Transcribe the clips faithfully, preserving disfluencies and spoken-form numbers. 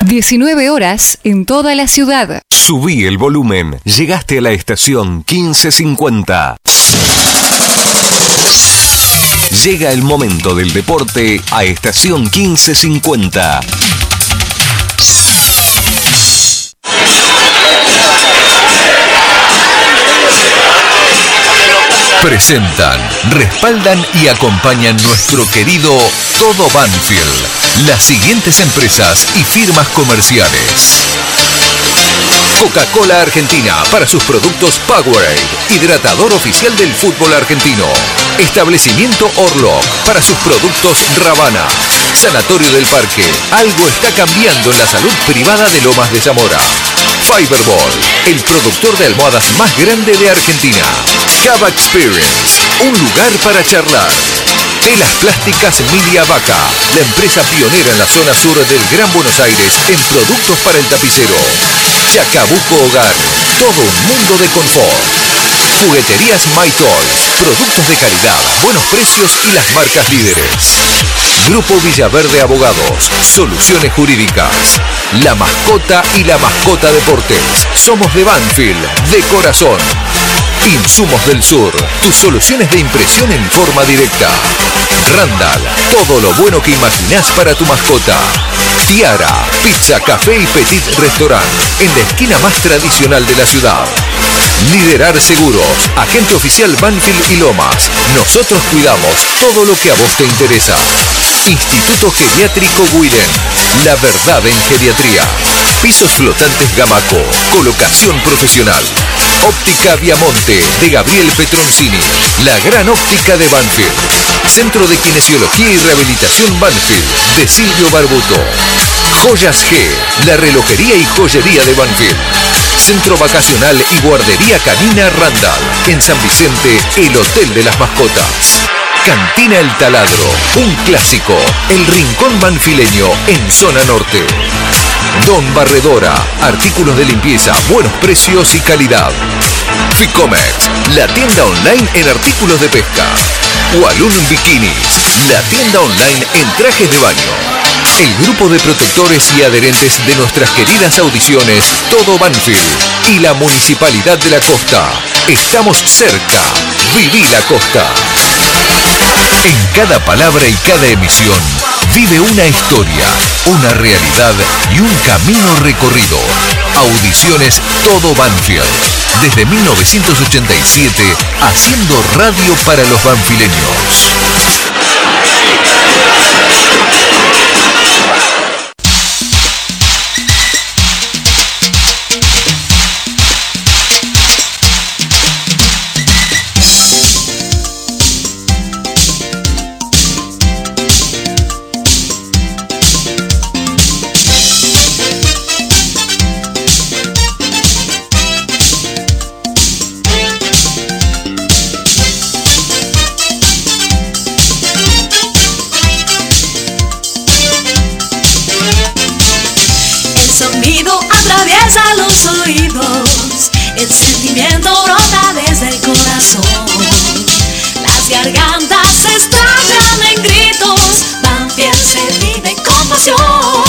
diecinueve horas en toda la ciudad. Subí el volumen. Llegaste a la estación quince cincuenta. Llega el momento del deporte a estación quince cincuenta. Presentan, respaldan y acompañan nuestro querido Todo Banfield. Las siguientes empresas y firmas comerciales. Coca-Cola Argentina para sus productos Powerade, hidratador oficial del fútbol argentino. Establecimiento Orlock para sus productos Ravana. Sanatorio del Parque, algo está cambiando en la salud privada de Lomas de Zamora. Fiberball, el productor de almohadas más grande de Argentina. Cava Experience, un lugar para charlar. Telas Plásticas Milia Vaca, la empresa pionera en la zona sur del Gran Buenos Aires en productos para el tapicero. Chacabuco Hogar, todo un mundo de confort. Jugueterías My Toys, productos de calidad, buenos precios y las marcas líderes. Grupo Villaverde Abogados, soluciones jurídicas. La Mascota y la Mascota Deportes. Somos de Banfield, de corazón. Insumos del Sur, tus soluciones de impresión en forma directa. Randall, todo lo bueno que imaginás para tu mascota. Tiara, pizza, café y petit restaurant, en la esquina más tradicional de la ciudad. Liderar Seguros, agente oficial Banfield y Lomas. Nosotros cuidamos todo lo que a vos te interesa. Instituto Geriátrico Guiden, la verdad en geriatría. Pisos flotantes Gamaco, colocación profesional. Óptica Viamonte, de Gabriel Petroncini, la gran óptica de Banfield. Centro de Kinesiología y Rehabilitación Banfield, de Silvio Barbuto. Joyas G, la relojería y joyería de Banfield. Centro Vacacional y Guardería Canina Randall. En San Vicente, el Hotel de las Mascotas. Cantina El Taladro, un clásico. El rincón banfileño en zona norte. Don Barredora, artículos de limpieza, buenos precios y calidad. Ficomex, la tienda online en artículos de pesca. Walloon Bikinis, la tienda online en trajes de baño. El grupo de protectores y adherentes de nuestras queridas audiciones Todo Banfield y la Municipalidad de la Costa. Estamos cerca. Viví la Costa. En cada palabra y cada emisión vive una historia, una realidad y un camino recorrido. Audiciones Todo Banfield. Desde mil novecientos ochenta y siete, haciendo radio para los banfileños. Atraviesa los oídos, el sentimiento brota desde el corazón. Las gargantas estallan en gritos, Banfield se vive con pasión.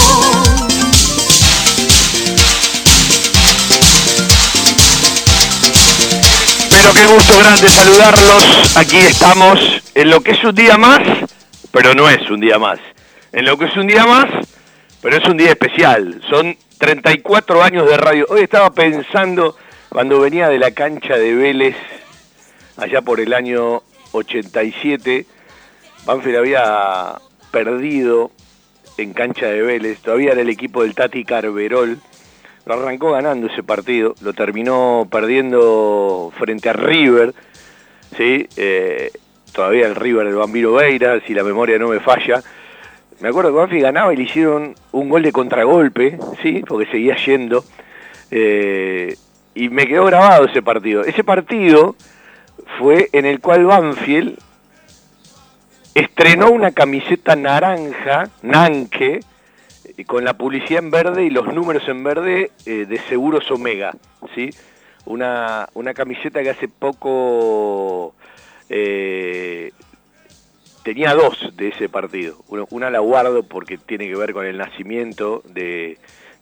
Pero qué gusto grande saludarlos. Aquí estamos en lo que es un día más, pero no es un día más. En lo que es un día más, pero es un día especial. Son treinta y cuatro años de radio. Hoy estaba pensando, cuando venía de la cancha de Vélez, allá por el año ochenta y siete, Banfield había perdido en cancha de Vélez, todavía era el equipo del Tati Carverol, lo arrancó ganando ese partido, lo terminó perdiendo frente a River, ¿sí? Eh, todavía el River del Bambino Veira, si la memoria no me falla. Me acuerdo que Banfield ganaba y le hicieron un gol de contragolpe, ¿sí? Porque seguía yendo. Eh, y me quedó grabado ese partido. Ese partido fue en el cual Banfield estrenó una camiseta naranja, Nanke, con la publicidad en verde y los números en verde eh, de Seguros Omega, ¿sí? Una, una camiseta que hace poco... Eh, tenía dos de ese partido. Una, una la guardo porque tiene que ver con el nacimiento de,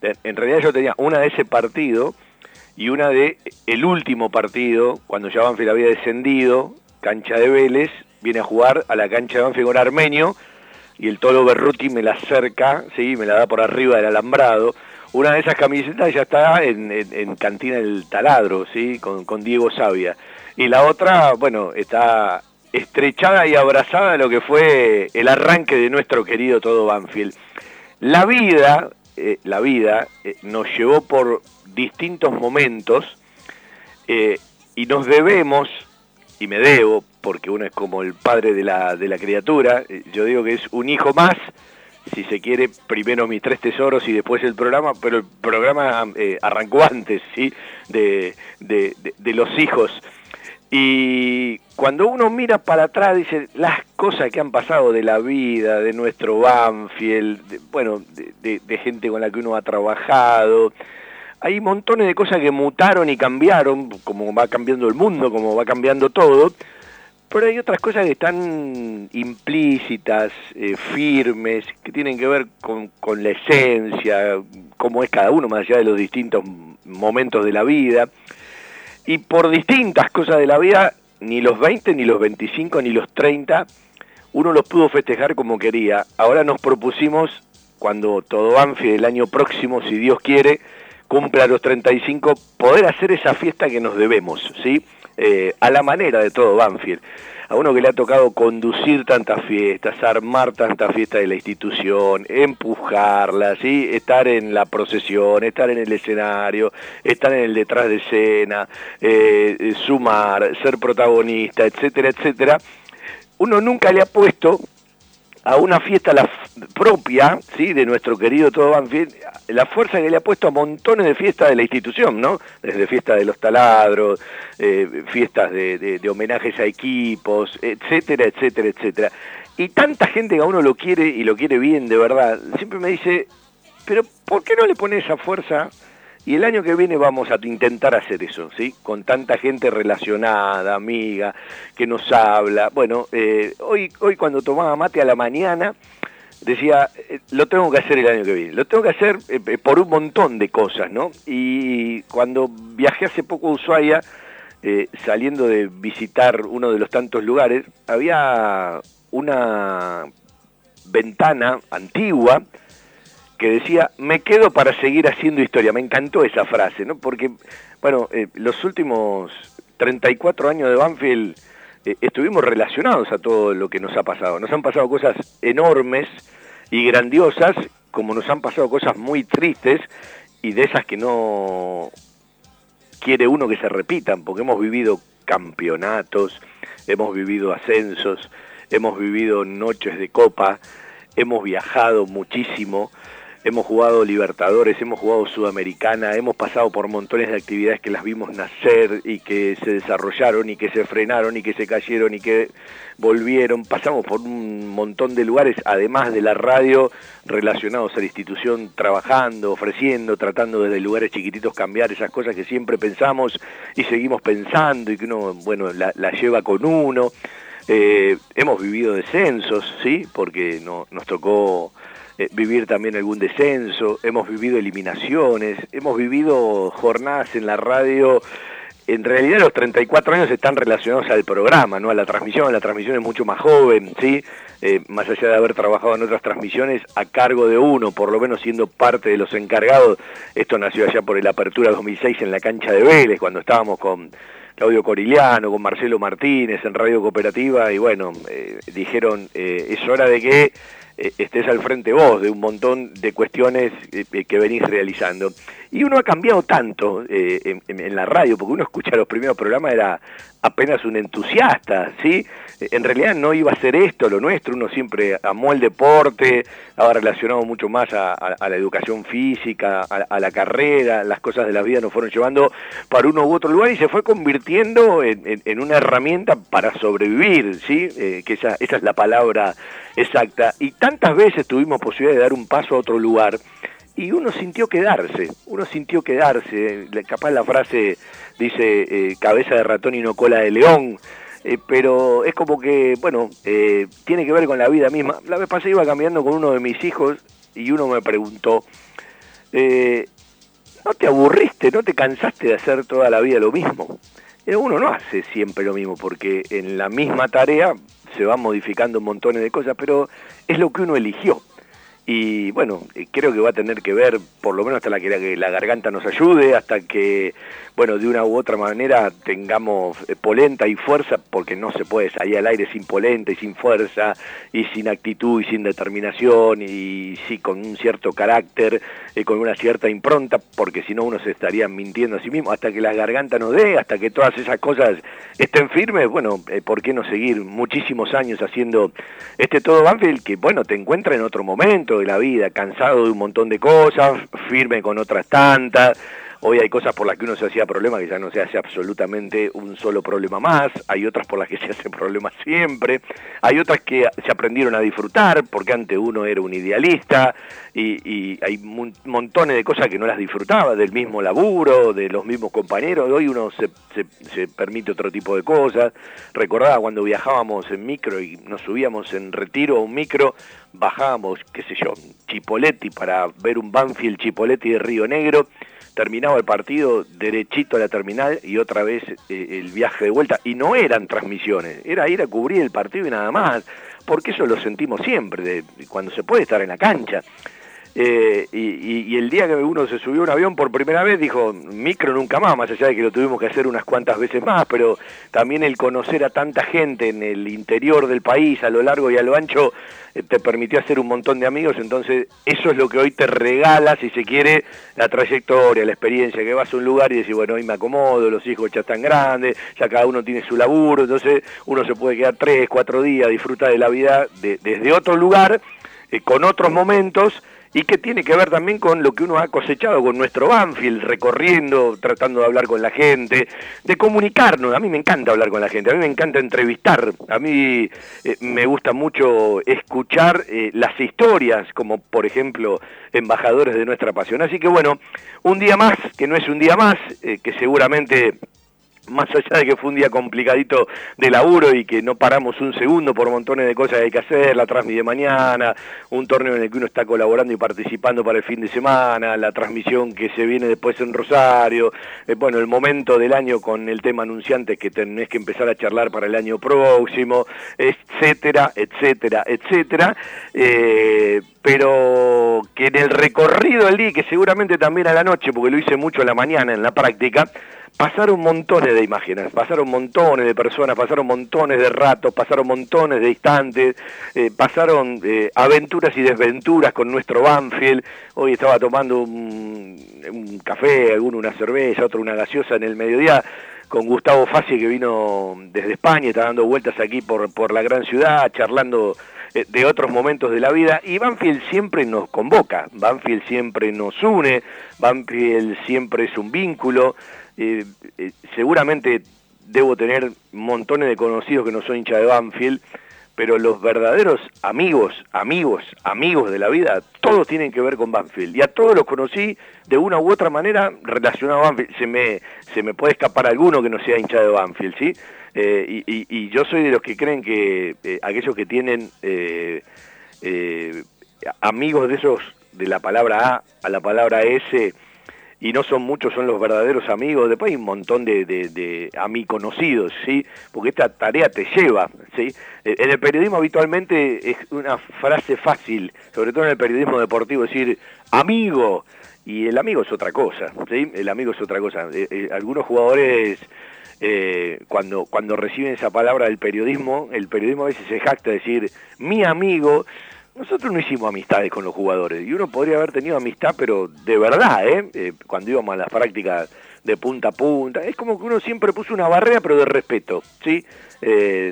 En realidad yo tenía una de ese partido y una de el último partido, cuando ya Banfield había descendido, cancha de Vélez, viene a jugar a la cancha de Banfield con Armenio, y el Tolo Berruti me la acerca, ¿sí? Me la da por arriba del alambrado. Una de esas camisetas ya está en, en, en Cantina del Taladro, ¿sí? Con, con Diego Savia. Y la otra, bueno, está estrechada y abrazada a lo que fue el arranque de nuestro querido Todo Banfield. La vida, eh, la vida eh, nos llevó por distintos momentos eh, y nos debemos, y me debo, porque uno es como el padre de la, de la criatura, eh, yo digo que es un hijo más, si se quiere, primero mis tres tesoros y después el programa, pero el programa eh, arrancó antes, ¿sí? de, de, de, de los hijos. Y cuando uno mira para atrás, dice, las cosas que han pasado de la vida, de nuestro Banfield, de, bueno, de, de, de gente con la que uno ha trabajado, hay montones de cosas que mutaron y cambiaron, como va cambiando el mundo, como va cambiando todo, pero hay otras cosas que están implícitas, eh, firmes, que tienen que ver con, con la esencia, cómo es cada uno, más allá de los distintos momentos de la vida. Y por distintas cosas de la vida, ni los veinte, ni los veinticinco, ni los treinta, uno los pudo festejar como quería. Ahora nos propusimos, cuando Todo Banfield el año próximo, si Dios quiere, cumpla los treinta y cinco, poder hacer esa fiesta que nos debemos, ¿sí? Eh, a la manera de Todo Banfield. A uno que le ha tocado conducir tantas fiestas, armar tantas fiestas de la institución, empujarlas, ¿sí? Estar en la procesión, estar en el escenario, estar en el detrás de escena, eh, sumar, ser protagonista, etcétera, etcétera. Uno nunca le ha puesto a una fiesta la propia, ¿sí? De nuestro querido Todo Banfield, la fuerza que le ha puesto a montones de fiestas de la institución, ¿no? Desde fiestas de los taladros, eh, fiestas de, de, de homenajes a equipos, etcétera, etcétera, etcétera. Y tanta gente que a uno lo quiere y lo quiere bien, de verdad, siempre me dice, pero ¿por qué no le pone esa fuerza? Y el año que viene vamos a intentar hacer eso, ¿sí? Con tanta gente relacionada, amiga, que nos habla. Bueno, eh, hoy, hoy cuando tomaba mate a la mañana, decía, eh, lo tengo que hacer el año que viene. Lo tengo que hacer eh, por un montón de cosas, ¿no? Y cuando viajé hace poco a Ushuaia, eh, saliendo de visitar uno de los tantos lugares, había una ventana antigua que decía, me quedo para seguir haciendo historia. Me encantó esa frase, ¿no? Porque, bueno, eh, los últimos treinta y cuatro años de Banfield eh, estuvimos relacionados a todo lo que nos ha pasado. Nos han pasado cosas enormes y grandiosas, como nos han pasado cosas muy tristes y de esas que no quiere uno que se repitan, porque hemos vivido campeonatos, hemos vivido ascensos, hemos vivido noches de copa, hemos viajado muchísimo, hemos jugado Libertadores, hemos jugado Sudamericana, hemos pasado por montones de actividades que las vimos nacer y que se desarrollaron y que se frenaron y que se cayeron y que volvieron. Pasamos por un montón de lugares, además de la radio, relacionados a la institución, trabajando, ofreciendo, tratando desde lugares chiquititos cambiar esas cosas que siempre pensamos y seguimos pensando y que uno, bueno, la, la lleva con uno. Eh, hemos vivido descensos, ¿sí? Porque no, nos tocó eh, vivir también algún descenso, hemos vivido eliminaciones, hemos vivido jornadas en la radio. En realidad los treinta y cuatro años están relacionados al programa, no a la transmisión. La transmisión es mucho más joven, ¿sí? Eh, más allá de haber trabajado en otras transmisiones, a cargo de uno, por lo menos siendo parte de los encargados. Esto nació allá por el Apertura dos mil seis en la cancha de Vélez, cuando estábamos con Claudio Corigliano, con Marcelo Martínez en Radio Cooperativa, y bueno, eh, dijeron, eh, es hora de que eh, estés al frente vos de un montón de cuestiones eh, que venís realizando. Y uno ha cambiado tanto eh, en, en la radio, porque uno escucha los primeros programas, era apenas un entusiasta, ¿sí? En realidad no iba a ser esto lo nuestro, uno siempre amó el deporte, estaba relacionado mucho más a, a, a la educación física, a, a la carrera, las cosas de la vida nos fueron llevando para uno u otro lugar y se fue convirtiendo en, en, en una herramienta para sobrevivir, ¿sí? Eh, que esa, esa es la palabra exacta. Y tantas veces tuvimos posibilidad de dar un paso a otro lugar, y uno sintió quedarse, uno sintió quedarse, capaz la frase dice eh, cabeza de ratón y no cola de león, eh, pero es como que, bueno, eh, tiene que ver con la vida misma. La vez pasada iba caminando con uno de mis hijos y uno me preguntó, eh, ¿no te aburriste, no te cansaste de hacer toda la vida lo mismo? Eh, uno no hace siempre lo mismo, porque en la misma tarea se van modificando montones de cosas, pero es lo que uno eligió. Y bueno, creo que va a tener que ver, por lo menos hasta la que, la que la garganta nos ayude, hasta que, bueno, de una u otra manera tengamos polenta y fuerza, porque no se puede salir al aire sin polenta y sin fuerza, y sin actitud y sin determinación, y sí con un cierto carácter, eh, con una cierta impronta, porque si no uno se estaría mintiendo a sí mismo, hasta que la garganta nos dé, hasta que todas esas cosas estén firmes. Bueno, eh, ¿por qué no seguir muchísimos años haciendo este todo Banfield, que bueno, te encuentra en otro momento de la vida, cansado de un montón de cosas, firme con otras tantas? Hoy hay cosas por las que uno se hacía problema que ya no se hace absolutamente un solo problema más, hay otras por las que se hace problema siempre, hay otras que se aprendieron a disfrutar, porque antes uno era un idealista, y, y hay mon montones de cosas que no las disfrutaba, del mismo laburo, de los mismos compañeros. Hoy uno se, se, se permite otro tipo de cosas. Recordaba cuando viajábamos en micro y nos subíamos en Retiro a un micro, bajábamos, qué sé yo, Chipoleti para ver un Banfield Chipoleti de Río Negro, terminaba el partido derechito a la terminal y otra vez eh, el viaje de vuelta, y no eran transmisiones, era ir a cubrir el partido y nada más, porque eso lo sentimos siempre, de, de cuando se puede estar en la cancha. Eh, y, y, y el día que uno se subió a un avión por primera vez dijo, micro nunca más, más allá de que lo tuvimos que hacer unas cuantas veces más, pero también el conocer a tanta gente en el interior del país, a lo largo y a lo ancho, eh, te permitió hacer un montón de amigos. Entonces eso es lo que hoy te regala, si se quiere, la trayectoria, la experiencia, que vas a un lugar y decís, bueno, hoy me acomodo, los hijos ya están grandes, ya cada uno tiene su laburo, entonces uno se puede quedar tres, cuatro días, disfrutar de la vida de, desde otro lugar, eh, con otros momentos, y que tiene que ver también con lo que uno ha cosechado con nuestro Banfield, recorriendo, tratando de hablar con la gente, de comunicarnos. A mí me encanta hablar con la gente, a mí me encanta entrevistar, a mí eh, me gusta mucho escuchar eh, las historias, como por ejemplo embajadores de nuestra pasión. Así que bueno, un día más, que no es un día más, eh, que seguramente, más allá de que fue un día complicadito de laburo y que no paramos un segundo por montones de cosas que hay que hacer, la transmisión de mañana, un torneo en el que uno está colaborando y participando para el fin de semana, la transmisión que se viene después en Rosario, eh, bueno, el momento del año con el tema anunciantes que tenés que empezar a charlar para el año próximo, etcétera, etcétera, etcétera, eh, pero que en el recorrido del día, que seguramente también a la noche, porque lo hice mucho a la mañana en la práctica, pasaron montones de imágenes, pasaron montones de personas, pasaron montones de ratos, pasaron montones de instantes, eh, pasaron eh, aventuras y desventuras con nuestro Banfield. Hoy estaba tomando un, un café, alguno una cerveza, otro una gaseosa en el mediodía, con Gustavo Fassi, que vino desde España, está dando vueltas aquí por, por la gran ciudad, charlando eh, de otros momentos de la vida, y Banfield siempre nos convoca, Banfield siempre nos une, Banfield siempre es un vínculo. Eh, eh, seguramente debo tener montones de conocidos que no son hinchas de Banfield, pero los verdaderos amigos, amigos, amigos de la vida, todos tienen que ver con Banfield, y a todos los conocí de una u otra manera relacionado a Banfield. Se me, se me puede escapar alguno que no sea hincha de Banfield, ¿sí? Eh, y, y, y yo soy de los que creen que eh, aquellos que tienen eh, eh, amigos de esos, de la palabra A a la palabra S, y no son muchos, son los verdaderos amigos. Después hay un montón de, de, de amigos conocidos, ¿sí? Porque esta tarea te lleva, ¿sí? En el periodismo habitualmente es una frase fácil, sobre todo en el periodismo deportivo, decir amigo, y el amigo es otra cosa, ¿sí? El amigo es otra cosa. Eh, eh, algunos jugadores, eh, cuando, cuando reciben esa palabra del periodismo, el periodismo a veces se jacta de decir mi amigo. Nosotros no hicimos amistades con los jugadores, y uno podría haber tenido amistad, pero de verdad, ¿eh? Eh, cuando íbamos a las prácticas de punta a punta, es como que uno siempre puso una barrera, pero de respeto, ¿sí? Eh,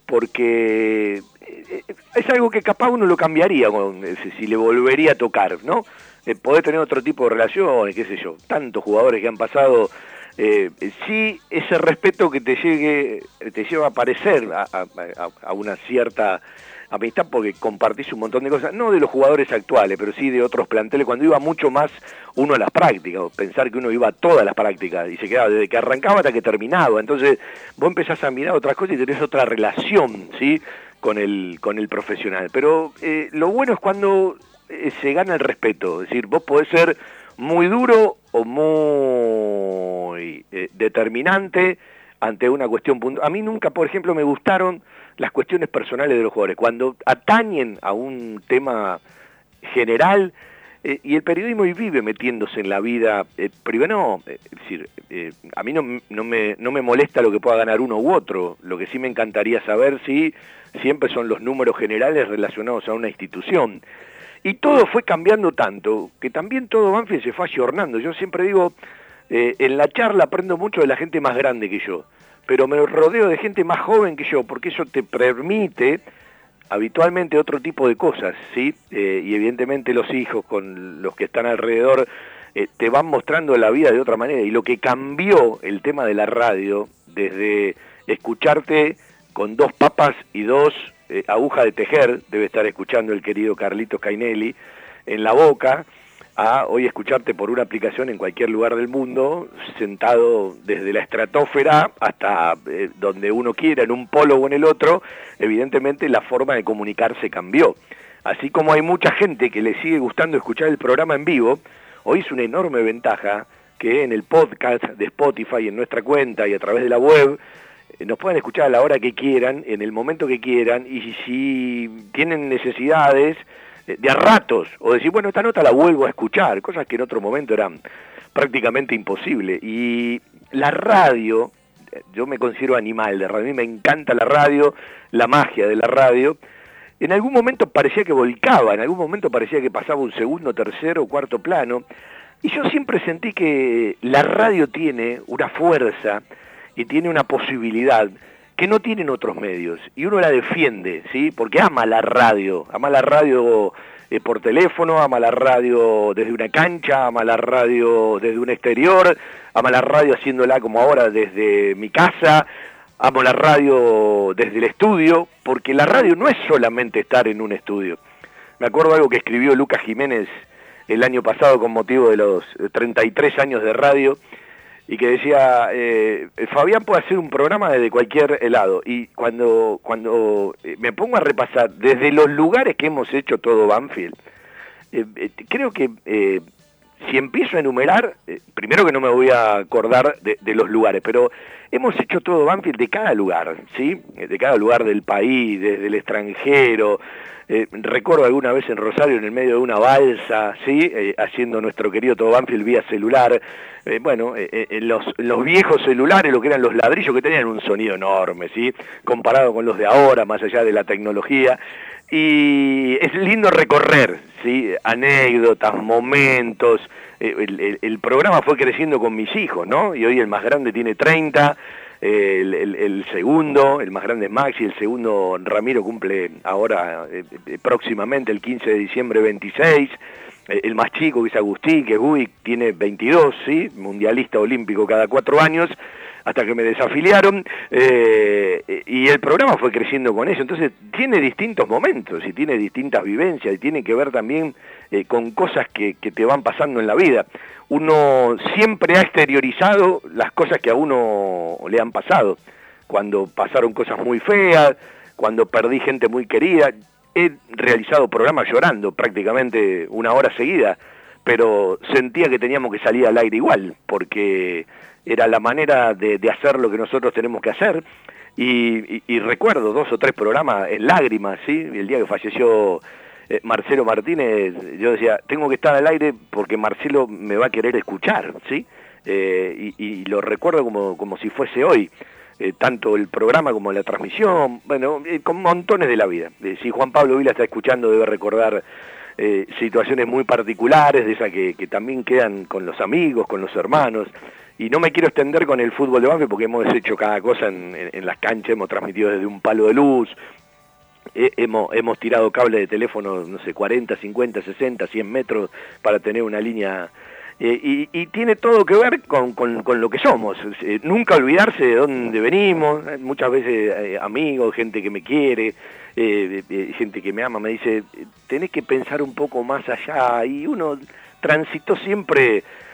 porque es algo que capaz uno lo cambiaría si le volvería a tocar, ¿no? Eh, poder tener otro tipo de relaciones, qué sé yo, tantos jugadores que han pasado. Eh, sí, ese respeto que te llegue, te lleva a parecer a, a, a una cierta amistad, porque compartís un montón de cosas, no de los jugadores actuales, pero sí de otros planteles, cuando iba mucho más uno a las prácticas, pensar que uno iba a todas las prácticas y se quedaba desde que arrancaba hasta que terminaba. Entonces vos empezás a mirar otras cosas y tenés otra relación, ¿sí? con el, con el profesional. Pero eh, lo bueno es cuando eh, se gana el respeto, es decir, vos podés ser muy duro o muy eh, determinante ante una cuestión puntual. A mí nunca, por ejemplo, me gustaron las cuestiones personales de los jugadores. Cuando atañen a un tema general, eh, y el periodismo vive metiéndose en la vida eh, privada, no, eh, es decir, eh, a mí no, no, me, no me molesta lo que pueda ganar uno u otro, lo que sí me encantaría saber si siempre son los números generales relacionados a una institución. Y todo fue cambiando tanto, que también todo Banfield se fue ayornando. Yo siempre digo, eh, en la charla aprendo mucho de la gente más grande que yo, pero me rodeo de gente más joven que yo, porque eso te permite habitualmente otro tipo de cosas, ¿sí? Eh, y evidentemente los hijos con los que están alrededor eh, te van mostrando la vida de otra manera. Y lo que cambió el tema de la radio, desde escucharte con dos papas y dos eh, agujas de tejer, debe estar escuchando el querido Carlitos Cainelli, en la boca, a hoy escucharte por una aplicación en cualquier lugar del mundo, sentado desde la estratosfera hasta eh, donde uno quiera, en un polo o en el otro. Evidentemente la forma de comunicarse cambió. Así como hay mucha gente que le sigue gustando escuchar el programa en vivo, hoy es una enorme ventaja que en el podcast de Spotify, en nuestra cuenta y a través de la web, eh, nos puedan escuchar a la hora que quieran, en el momento que quieran, y si tienen necesidades de a ratos, o decir, bueno, esta nota la vuelvo a escuchar, cosas que en otro momento eran prácticamente imposibles. Y la radio, yo me considero animal de radio, a mí me encanta la radio, la magia de la radio. En algún momento parecía que volcaba, en algún momento parecía que pasaba un segundo, tercero, cuarto plano, y yo siempre sentí que la radio tiene una fuerza y tiene una posibilidad que no tienen otros medios, y uno la defiende, ¿sí? Porque ama la radio, ama la radio eh, por teléfono, ama la radio desde una cancha, ama la radio desde un exterior, ama la radio haciéndola como ahora desde mi casa, amo la radio desde el estudio, porque la radio no es solamente estar en un estudio. Me acuerdo algo que escribió Lucas Jiménez el año pasado con motivo de los treinta y tres años de radio, y que decía, eh, Fabián puede hacer un programa desde cualquier lado. Y cuando, cuando me pongo a repasar desde los lugares que hemos hecho todo Banfield, eh, eh, creo que eh, si empiezo a enumerar, eh, primero que no me voy a acordar de, de los lugares, pero hemos hecho todo Banfield de cada lugar, ¿sí? De cada lugar del país, desde el extranjero. Eh, recuerdo alguna vez en Rosario, en el medio de una balsa, ¿sí? Eh, haciendo nuestro querido todo Banfield vía celular. Eh, bueno, eh, eh, los, los viejos celulares, lo que eran los ladrillos, que tenían un sonido enorme, ¿sí? Comparado con los de ahora, más allá de la tecnología. Y es lindo recorrer, ¿sí? Anécdotas, momentos. Eh, el, el, el programa fue creciendo con mis hijos, ¿no? Y hoy el más grande tiene treinta. El, el, el segundo, el más grande es Maxi, el segundo Ramiro cumple ahora eh, eh, próximamente el quince de diciembre veintiséis, eh, el más chico que es Agustín, que es Buick, tiene veintidós, ¿sí? Mundialista olímpico cada cuatro años, hasta que me desafiliaron, eh, y el programa fue creciendo con eso. Entonces tiene distintos momentos y tiene distintas vivencias y tiene que ver también eh, con cosas que, que te van pasando en la vida. Uno siempre ha exteriorizado las cosas que a uno le han pasado, cuando pasaron cosas muy feas, cuando perdí gente muy querida. He realizado programas llorando prácticamente una hora seguida, pero sentía que teníamos que salir al aire igual, porque era la manera de, de hacer lo que nosotros tenemos que hacer. Y, y, y recuerdo dos o tres programas en lágrimas, ¿sí? El día que falleció eh, Marcelo Martínez, yo decía, tengo que estar al aire porque Marcelo me va a querer escuchar, ¿sí? Eh, y, y lo recuerdo como, como si fuese hoy, eh, tanto el programa como la transmisión, bueno, eh, con montones de la vida. Eh, si Juan Pablo Vila está escuchando, debe recordar eh, situaciones muy particulares, de esas que, que también quedan con los amigos, con los hermanos. Y no me quiero extender con el fútbol de Banfield porque hemos hecho cada cosa en, en, en las canchas, hemos transmitido desde un palo de luz, eh, hemos, hemos tirado cable de teléfono, no sé, cuarenta, cincuenta, sesenta, cien metros para tener una línea, eh, y, y tiene todo que ver con, con, con lo que somos. Eh, nunca olvidarse de dónde venimos, eh, muchas veces eh, amigos, gente que me quiere, eh, eh, gente que me ama, me dice, tenés que pensar un poco más allá, y uno transitó siempre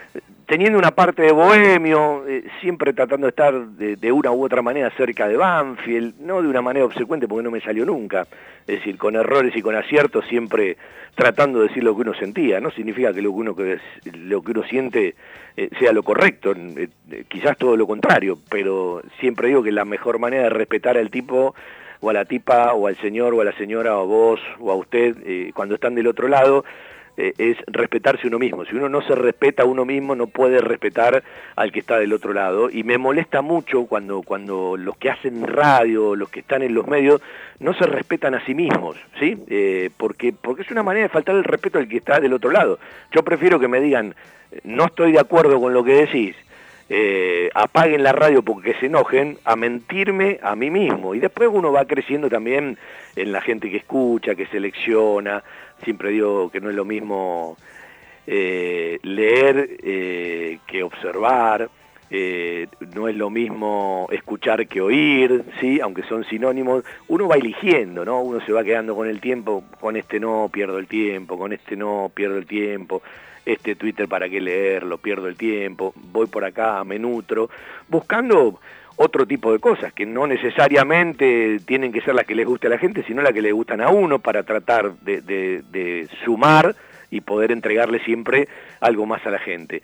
teniendo una parte de bohemio, eh, siempre tratando de estar de, de una u otra manera cerca de Banfield, no de una manera obsecuente porque no me salió nunca, es decir, con errores y con aciertos, siempre tratando de decir lo que uno sentía. No significa que lo que uno, que lo que uno siente eh, sea lo correcto, eh, eh, quizás todo lo contrario, pero siempre digo que la mejor manera de respetar al tipo o a la tipa o al señor o a la señora o a vos o a usted eh, cuando están del otro lado, Eh, es respetarse uno mismo. Si uno no se respeta a uno mismo, no puede respetar al que está del otro lado. Y me molesta mucho cuando, cuando los que hacen radio, los que están en los medios, no se respetan a sí mismos, ¿sí? Eh, porque, porque es una manera de faltar el respeto al que está del otro lado. Yo prefiero que me digan, no estoy de acuerdo con lo que decís, eh, apaguen la radio porque se enojen, a mentirme a mí mismo. Y después uno va creciendo también en la gente que escucha, que selecciona. Siempre digo que no es lo mismo eh, leer eh, que observar, eh, no es lo mismo escuchar que oír, ¿sí? Aunque son sinónimos. Uno va eligiendo, ¿no? Uno se va quedando con el tiempo, con este no pierdo el tiempo, con este no pierdo el tiempo, este Twitter para qué leerlo, pierdo el tiempo, voy por acá, me nutro, buscando otro tipo de cosas, que no necesariamente tienen que ser las que les guste a la gente, sino las que les gustan a uno, para tratar de, de, de sumar y poder entregarle siempre algo más a la gente.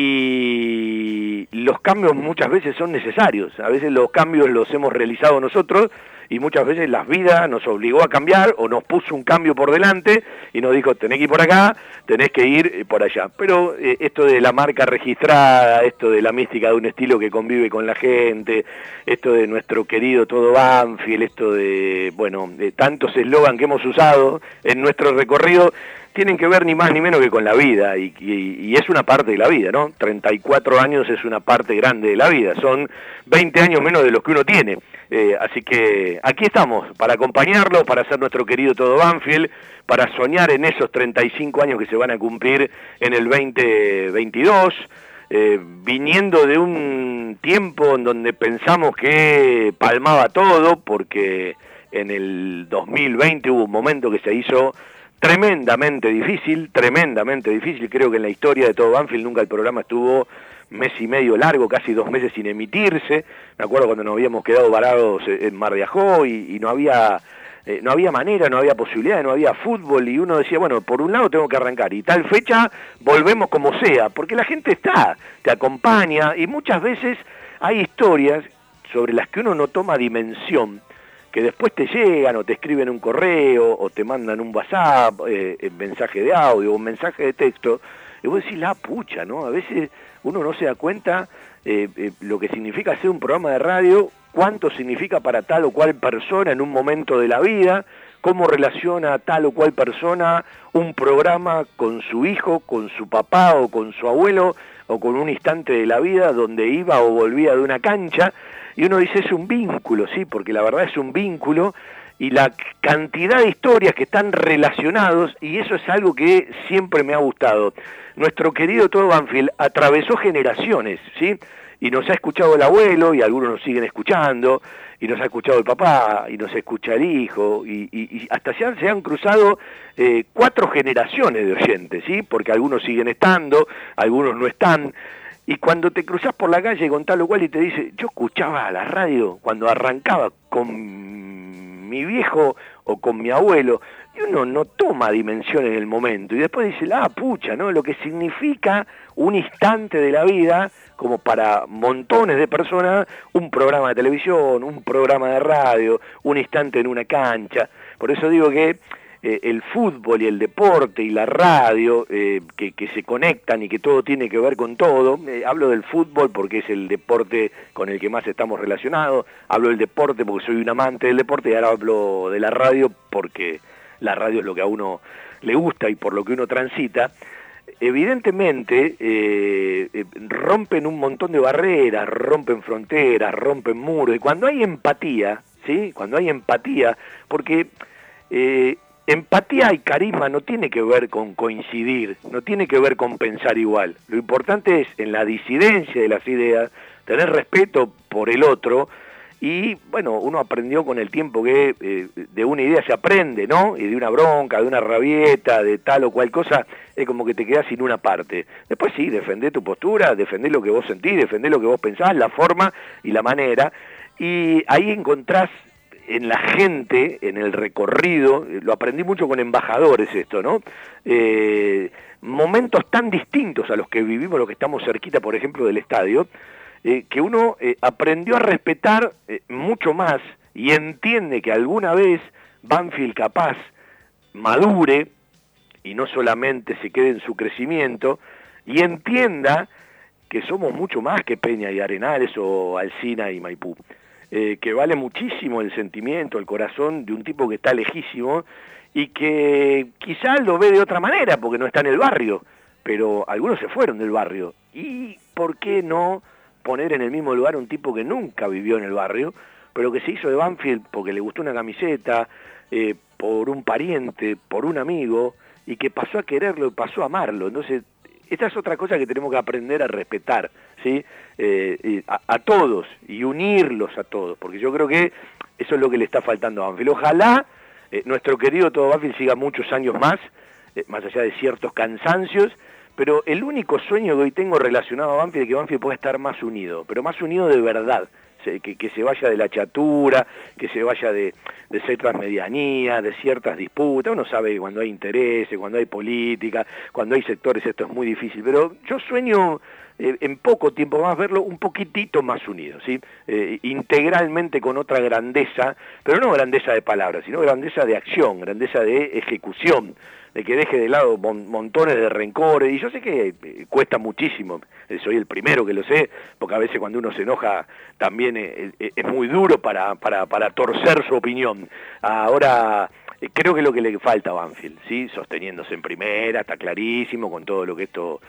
Y los cambios muchas veces son necesarios, a veces los cambios los hemos realizado nosotros, y muchas veces la vida nos obligó a cambiar o nos puso un cambio por delante y nos dijo tenés que ir por acá, tenés que ir por allá. Pero eh, esto de la marca registrada, esto de la mística de un estilo que convive con la gente, esto de nuestro querido todo Banfield, esto de, bueno, de tantos eslogan que hemos usado en nuestro recorrido, tienen que ver ni más ni menos que con la vida, y, y, y es una parte de la vida, ¿no? treinta y cuatro años es una parte grande de la vida, son veinte años menos de los que uno tiene, eh, así que aquí estamos, para acompañarlo, para hacer nuestro querido todo Banfield, para soñar en esos treinta y cinco años que se van a cumplir en el veinte veintidós, eh, viniendo de un tiempo en donde pensamos que palmaba todo, porque en el dos mil veinte hubo un momento que se hizo tremendamente difícil, tremendamente difícil. Creo que en la historia de todo Banfield nunca el programa estuvo mes y medio largo, casi dos meses sin emitirse. Me acuerdo cuando nos habíamos quedado varados en Mar de Ajó y, y no había eh, no había manera, no había posibilidad, no había fútbol, y uno decía, bueno, por un lado tengo que arrancar y tal fecha volvemos como sea, porque la gente está, te acompaña, y muchas veces hay historias sobre las que uno no toma dimensión, que después te llegan o te escriben un correo o te mandan un WhatsApp, eh, mensaje de audio o un mensaje de texto, y vos decís, la pucha, ¿no? A veces uno no se da cuenta eh, eh, lo que significa hacer un programa de radio, cuánto significa para tal o cual persona en un momento de la vida, cómo relaciona tal o cual persona un programa con su hijo, con su papá o con su abuelo, o con un instante de la vida donde iba o volvía de una cancha. Y uno dice, es un vínculo, sí, porque la verdad es un vínculo, y la cantidad de historias que están relacionados, y eso es algo que siempre me ha gustado. Nuestro querido todo Banfield atravesó generaciones, ¿sí? Y nos ha escuchado el abuelo, y algunos nos siguen escuchando, y nos ha escuchado el papá, y nos escucha el hijo, y, y, y hasta se han, se han cruzado eh, cuatro generaciones de oyentes, ¿sí? Porque algunos siguen estando, algunos no están. Y cuando te cruzás por la calle con tal o cual y te dice, yo escuchaba la radio cuando arrancaba con mi viejo o con mi abuelo, y uno no toma dimensión en el momento, y después dice, ah, pucha, ¿no? Lo que significa un instante de la vida, como para montones de personas, un programa de televisión, un programa de radio, un instante en una cancha. Por eso digo que Eh, el fútbol y el deporte y la radio, eh, que, que se conectan y que todo tiene que ver con todo. Eh, hablo del fútbol porque es el deporte con el que más estamos relacionados, hablo del deporte porque soy un amante del deporte, y ahora hablo de la radio porque la radio es lo que a uno le gusta y por lo que uno transita. Evidentemente eh, eh, rompen un montón de barreras, rompen fronteras, rompen muros, y cuando hay empatía, ¿sí? Cuando hay empatía, porque eh, empatía y carisma no tiene que ver con coincidir, no tiene que ver con pensar igual. Lo importante es, en la disidencia de las ideas, tener respeto por el otro y bueno, uno aprendió con el tiempo que eh, de una idea se aprende, ¿no? Y de una bronca, de una rabieta, de tal o cual cosa, es como que te quedás sin una parte. Después sí, defendé tu postura, defendé lo que vos sentís, defendé lo que vos pensás, la forma y la manera, y ahí encontrás en la gente, en el recorrido, lo aprendí mucho con embajadores esto, ¿no? Eh, momentos tan distintos a los que vivimos, los que estamos cerquita, por ejemplo, del estadio, eh, que uno eh, aprendió a respetar eh, mucho más y entiende que alguna vez Banfield capaz madure y no solamente se quede en su crecimiento, y entienda que somos mucho más que Peña y Arenales o Alsina y Maipú. Eh, que vale muchísimo el sentimiento, el corazón de un tipo que está lejísimo y que quizás lo ve de otra manera porque no está en el barrio, pero algunos se fueron del barrio. ¿Y por qué no poner en el mismo lugar un tipo que nunca vivió en el barrio, pero que se hizo de Banfield porque le gustó una camiseta, eh, por un pariente, por un amigo, y que pasó a quererlo y pasó a amarlo? Entonces, esta es otra cosa que tenemos que aprender a respetar, ¿sí? Eh, a, a todos, y unirlos a todos, porque yo creo que eso es lo que le está faltando a Banfield. Ojalá eh, nuestro querido todo Banfield siga muchos años más, eh, más allá de ciertos cansancios, pero el único sueño que hoy tengo relacionado a Banfield es que Banfield pueda estar más unido, pero más unido de verdad. Que, que se vaya de la chatura, que se vaya de, de ciertas medianías, de ciertas disputas. Uno sabe que cuando hay intereses, cuando hay política, cuando hay sectores, esto es muy difícil, pero yo sueño eh, en poco tiempo más verlo un poquitito más unido, ¿sí? Eh, integralmente con otra grandeza, pero no grandeza de palabras, sino grandeza de acción, grandeza de ejecución, de que deje de lado mon montones de rencores, y yo sé que eh, cuesta muchísimo, eh, soy el primero que lo sé, porque a veces cuando uno se enoja también eh, eh, es muy duro para, para, para torcer su opinión. Ahora, eh, creo que es lo que le falta a Banfield, ¿sí? Sosteniéndose en primera, está clarísimo, con todo lo que esto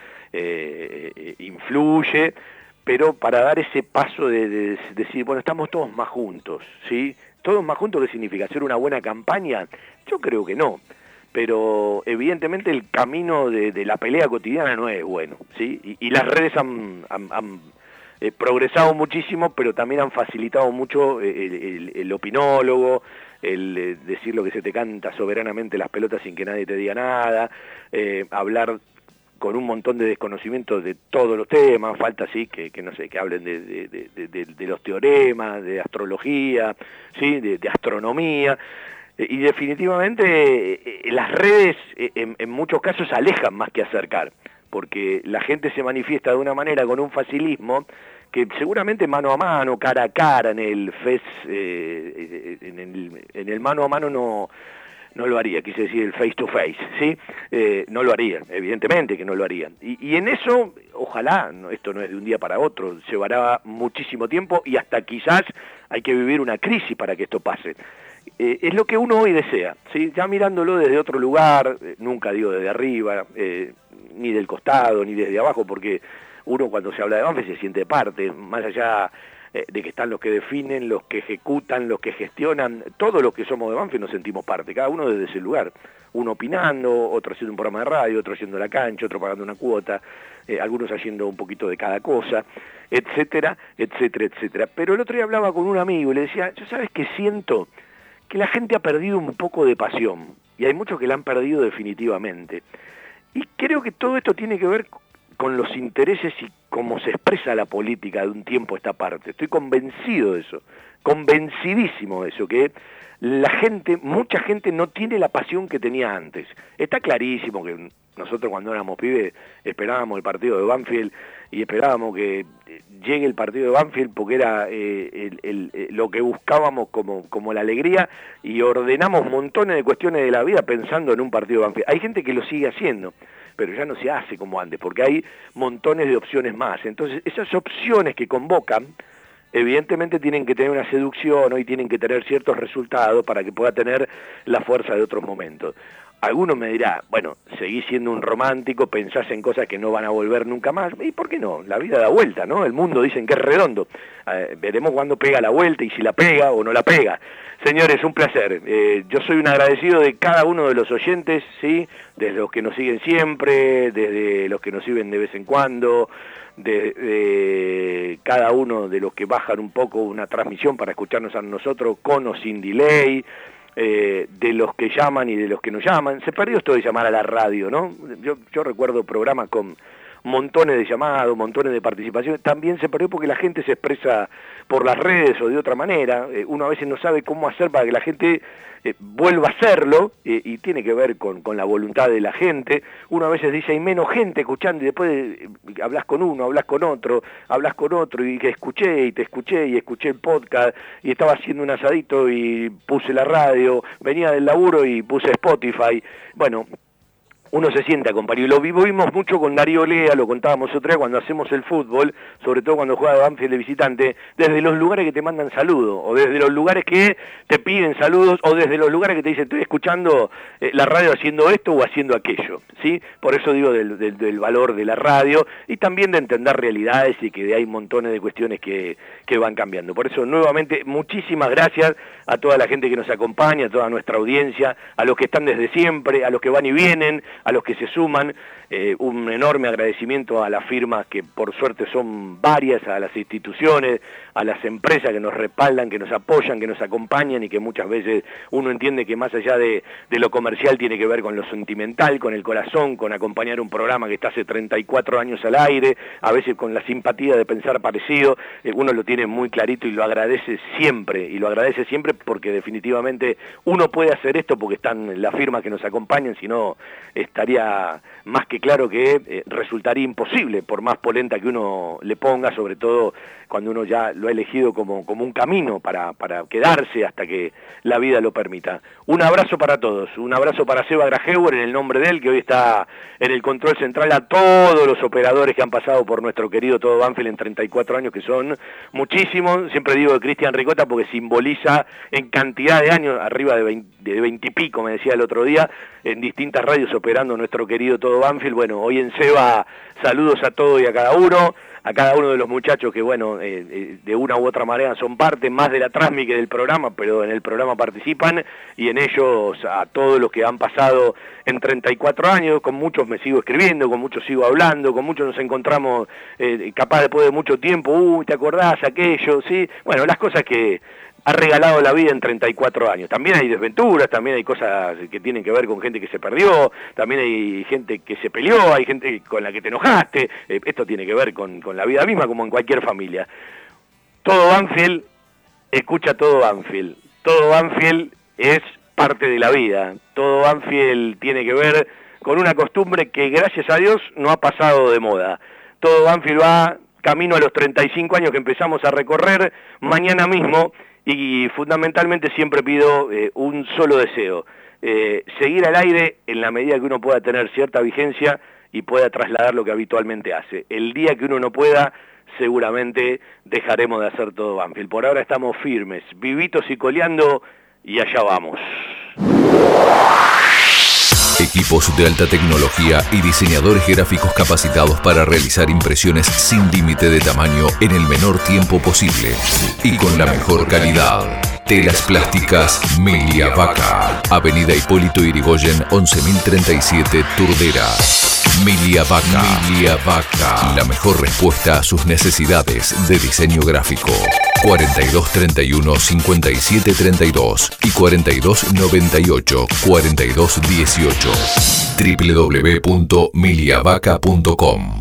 eh, eh, influye, pero para dar ese paso de, de, de decir, bueno, estamos todos más juntos, ¿sí? ¿Todos más juntos qué significa? ¿Hacer una buena campaña? Yo creo que no. Pero evidentemente el camino de, de la pelea cotidiana no es bueno, ¿sí? Y, y las redes han, han, han eh, progresado muchísimo, pero también han facilitado mucho el, el, el opinólogo, el eh, decir lo que se te canta soberanamente las pelotas sin que nadie te diga nada, eh, hablar con un montón de desconocimiento de todos los temas, falta sí que, que no sé, que hablen de, de, de, de, de los teoremas, de astrología, ¿sí? de, de astronomía. Y definitivamente las redes en, en muchos casos alejan más que acercar, porque la gente se manifiesta de una manera con un facilismo que seguramente mano a mano, cara a cara, en el face, eh, en, el, en el mano a mano no, no lo haría, quise decir el face to face, ¿sí? Eh, no lo harían, evidentemente que no lo harían. Y, y en eso, ojalá, no, esto no es de un día para otro, llevará muchísimo tiempo y hasta quizás hay que vivir una crisis para que esto pase. Eh, es lo que uno hoy desea, ¿sí? Ya mirándolo desde otro lugar, eh, nunca digo desde arriba, eh, ni del costado, ni desde abajo, porque uno cuando se habla de Banfield se siente parte, más allá eh, de que están los que definen, los que ejecutan, los que gestionan, todos los que somos de Banfield nos sentimos parte, cada uno desde ese lugar, uno opinando, otro haciendo un programa de radio, otro haciendo la cancha, otro pagando una cuota, eh, algunos haciendo un poquito de cada cosa, etcétera, etcétera, etcétera. Pero el otro día hablaba con un amigo y le decía, ¿yo sabes qué siento? Que la gente ha perdido un poco de pasión, y hay muchos que la han perdido definitivamente. Y creo que todo esto tiene que ver con los intereses y cómo se expresa la política de un tiempo a esta parte. Estoy convencido de eso, convencidísimo de eso, que la gente, mucha gente no tiene la pasión que tenía antes. Está clarísimo que nosotros cuando éramos pibes esperábamos el partido de Banfield y esperábamos que llegue el partido de Banfield porque era eh, el, el, el, lo que buscábamos como, como la alegría, y ordenamos montones de cuestiones de la vida pensando en un partido de Banfield. Hay gente que lo sigue haciendo, pero ya no se hace como antes, porque hay montones de opciones más. Entonces, esas opciones que convocan, evidentemente tienen que tener una seducción, hoy tienen que tener ciertos resultados para que pueda tener la fuerza de otros momentos. Algunos me dirá, bueno, seguís siendo un romántico, pensás en cosas que no van a volver nunca más. ¿Y por qué no? La vida da vuelta, ¿no? El mundo dicen que es redondo. Eh, veremos cuándo pega la vuelta y si la pega o no la pega. Señores, un placer. Eh, yo soy un agradecido de cada uno de los oyentes, ¿sí? Desde los que nos siguen siempre, desde los que nos siguen de vez en cuando, de, de cada uno de los que bajan un poco una transmisión para escucharnos a nosotros con o sin delay. Eh, de los que llaman y de los que no llaman. Se perdió esto de llamar a la radio, ¿no? Yo, yo recuerdo programas con montones de llamados, montones de participaciones. También se perdió porque la gente se expresa por las redes o de otra manera. Eh, uno a veces no sabe cómo hacer para que la gente eh, vuelva a hacerlo, eh, y tiene que ver con, con la voluntad de la gente. Uno a veces dice, hay menos gente escuchando, y después eh, hablas con uno, hablas con otro, hablas con otro, y que escuché, y te escuché, y escuché el podcast, y estaba haciendo un asadito y puse la radio, venía del laburo y puse Spotify. Bueno, uno se siente acompañado, y lo vivimos mucho con Darío Lea, lo contábamos otra vez cuando hacemos el fútbol, sobre todo cuando juega Banfield de visitante, desde los lugares que te mandan saludos, o desde los lugares que te piden saludos, o desde los lugares que te dicen, estoy escuchando eh, la radio haciendo esto o haciendo aquello, ¿sí? Por eso digo del, del, del valor de la radio, y también de entender realidades, y que hay montones de cuestiones que, que van cambiando. Por eso, nuevamente, muchísimas gracias a toda la gente que nos acompaña, a toda nuestra audiencia, a los que están desde siempre, a los que van y vienen, a los que se suman, eh, un enorme agradecimiento a las firmas que por suerte son varias, a las instituciones, a las empresas que nos respaldan, que nos apoyan, que nos acompañan, y que muchas veces uno entiende que más allá de, de lo comercial tiene que ver con lo sentimental, con el corazón, con acompañar un programa que está hace treinta y cuatro años al aire, a veces con la simpatía de pensar parecido. Eh, uno lo tiene muy clarito y lo agradece siempre, y lo agradece siempre porque definitivamente uno puede hacer esto porque están las firmas que nos acompañan, si no estaría más que claro que eh, resultaría imposible, por más polenta que uno le ponga, sobre todo cuando uno ya lo ha elegido como, como un camino para, para quedarse hasta que la vida lo permita. Un abrazo para todos, un abrazo para Seba Grajeuer en el nombre de él, que hoy está en el control central, a todos los operadores que han pasado por nuestro querido Todo Banfield en treinta y cuatro años, que son muchísimos. Siempre digo de Cristian Ricota porque simboliza en cantidad de años, arriba de veinte, de veinte y pico, me decía el otro día, en distintas radios operando nuestro querido Todo Banfield. Bueno, hoy en Seba, saludos a todos y a cada uno, a cada uno de los muchachos que, bueno, eh, eh, de una u otra manera son parte más de la transmi que del programa, pero en el programa participan, y en ellos a todos los que han pasado en treinta y cuatro años, con muchos me sigo escribiendo, con muchos sigo hablando, con muchos nos encontramos eh, capaz después de mucho tiempo, uy, ¿te acordás aquello? ¿Sí? Bueno, las cosas que ha regalado la vida en treinta y cuatro años. También hay desventuras, también hay cosas que tienen que ver con gente que se perdió, también hay gente que se peleó, hay gente con la que te enojaste. Eh, esto tiene que ver con, con la vida misma, como en cualquier familia. Todo Banfield, escucha Todo Banfield. Todo Banfield es parte de la vida. Todo Banfield tiene que ver con una costumbre que, gracias a Dios, no ha pasado de moda. Todo Banfield va camino a los treinta y cinco años que empezamos a recorrer mañana mismo. Y fundamentalmente siempre pido eh, un solo deseo, eh, seguir al aire en la medida que uno pueda tener cierta vigencia y pueda trasladar lo que habitualmente hace. El día que uno no pueda, seguramente dejaremos de hacer Todo Banfield. Por ahora estamos firmes, vivitos y coleando, y allá vamos. Equipos de alta tecnología y diseñadores gráficos capacitados para realizar impresiones sin límite de tamaño en el menor tiempo posible y con la mejor calidad. Telas plásticas Milia Vaca, Avenida Hipólito Yrigoyen once mil treinta y siete, Turdera. Milia Vaca, Milia Vaca, la mejor respuesta a sus necesidades de diseño gráfico. cuarenta y dos treinta y uno cincuenta y siete treinta y dos y cuarenta y dos noventa y ocho cuarenta y dos dieciocho. doble u doble u doble u punto milia vaca punto com.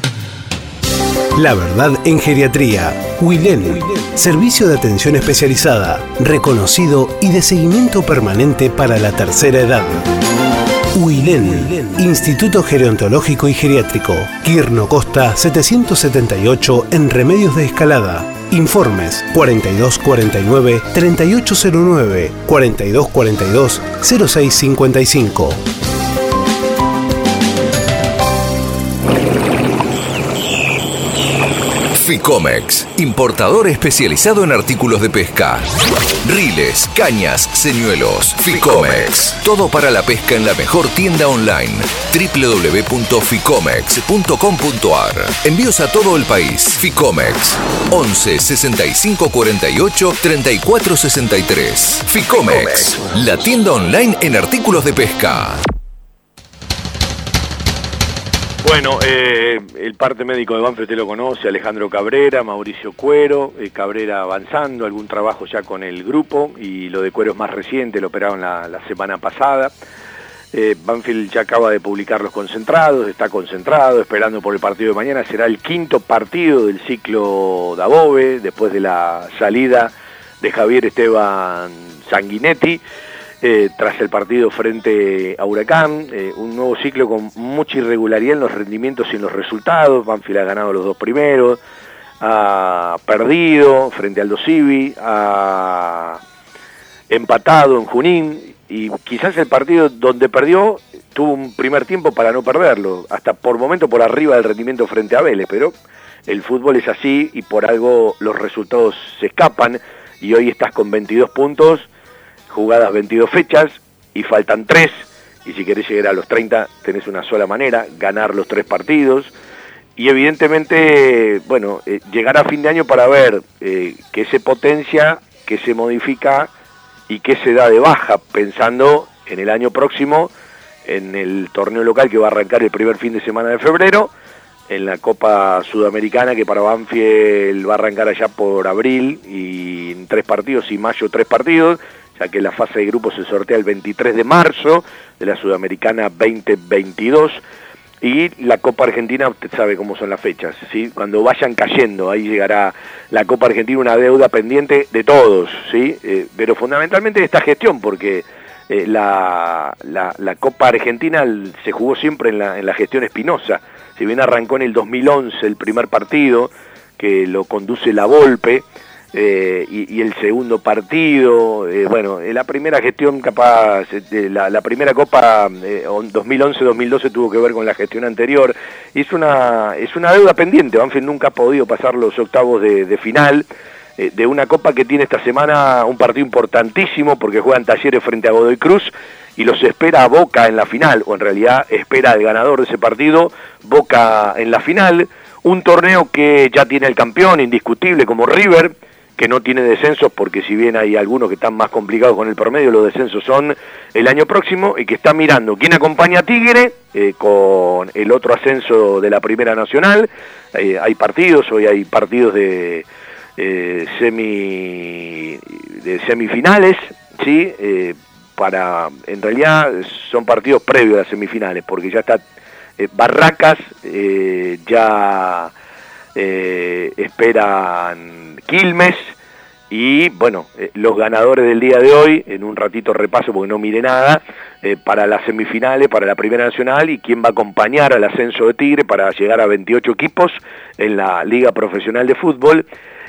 La verdad en geriatría. Wilén, servicio de atención especializada, reconocido y de seguimiento permanente para la tercera edad. Wilén, Instituto Gerontológico y Geriátrico, Quirno Costa setecientos setenta y ocho en Remedios de Escalada. Informes cuarenta y dos cuarenta y nueve treinta y ocho cero nueve, cuarenta y dos cuarenta y dos cero seis cincuenta y cinco. Ficomex, importador especializado en artículos de pesca. Riles, cañas, señuelos. Ficomex. Todo para la pesca en la mejor tienda online. doble u doble u doble u punto ficomex punto com punto a r. Envíos a todo el país. Ficomex. once sesenta y cinco cuarenta y ocho treinta y cuatro sesenta y tres. Ficomex. La tienda online en artículos de pesca. Bueno, eh, el parte médico de Banfield usted lo conoce, Alejandro Cabrera, Mauricio Cuero, eh, Cabrera avanzando, algún trabajo ya con el grupo, y lo de Cuero es más reciente, lo operaron la, la semana pasada. Eh, Banfield ya acaba de publicar los concentrados, está concentrado, esperando por el partido de mañana. Será el quinto partido del ciclo Dabove, después de la salida de Javier Esteban Sanguinetti. Eh, tras el partido frente a Huracán, eh, un nuevo ciclo con mucha irregularidad en los rendimientos y en los resultados. Banfield ha ganado los dos primeros, ha perdido frente al Aldo Civi, ha empatado en Junín, y quizás el partido donde perdió tuvo un primer tiempo para no perderlo, hasta por momento por arriba del rendimiento frente a Vélez, pero el fútbol es así y por algo los resultados se escapan, y hoy estás con veintidós puntos, jugadas veintidós fechas, y faltan tres, y si querés llegar a los treinta tenés una sola manera, ganar los tres partidos, y evidentemente, bueno, eh, llegar a fin de año para ver eh, qué se potencia, qué se modifica y qué se da de baja, pensando en el año próximo, en el torneo local que va a arrancar el primer fin de semana de febrero, en la Copa Sudamericana que para Banfield va a arrancar allá por abril, y en tres partidos, y mayo tres partidos, ya que la fase de grupos se sortea el veintitrés de marzo de la Sudamericana veinte veintidós, y la Copa Argentina, usted sabe cómo son las fechas, ¿sí? Cuando vayan cayendo, ahí llegará la Copa Argentina, una deuda pendiente de todos, ¿sí? Eh, pero fundamentalmente de esta gestión, porque eh, la, la, la Copa Argentina se jugó siempre en la, en la gestión Espinosa. Si bien arrancó en el dos mil once el primer partido, que lo conduce La Volpe, Eh, y, y el segundo partido, eh, bueno, eh, la primera gestión capaz, eh, la, la primera Copa eh, dos mil once dos mil doce tuvo que ver con la gestión anterior, y es una, es una deuda pendiente. Banfield nunca ha podido pasar los octavos de, de final eh, de una Copa que tiene esta semana un partido importantísimo, porque juegan Talleres frente a Godoy Cruz, y los espera a Boca en la final, o en realidad espera al ganador de ese partido, Boca en la final, un torneo que ya tiene el campeón indiscutible como River, que no tiene descensos, porque si bien hay algunos que están más complicados con el promedio, los descensos son el año próximo, y que está mirando quién acompaña a Tigre eh, con el otro ascenso de la Primera Nacional. Eh, hay partidos, hoy hay partidos de, eh, semi, de semifinales, ¿sí? Eh, para, en realidad son partidos previos a las semifinales, porque ya está eh, Barracas, eh, ya eh, esperan Quilmes, y bueno, eh, los ganadores del día de hoy, en un ratito repaso porque no mire nada, eh, para las semifinales, para la Primera Nacional, y quién va a acompañar al ascenso de Tigre para llegar a veintiocho equipos en la Liga Profesional de Fútbol.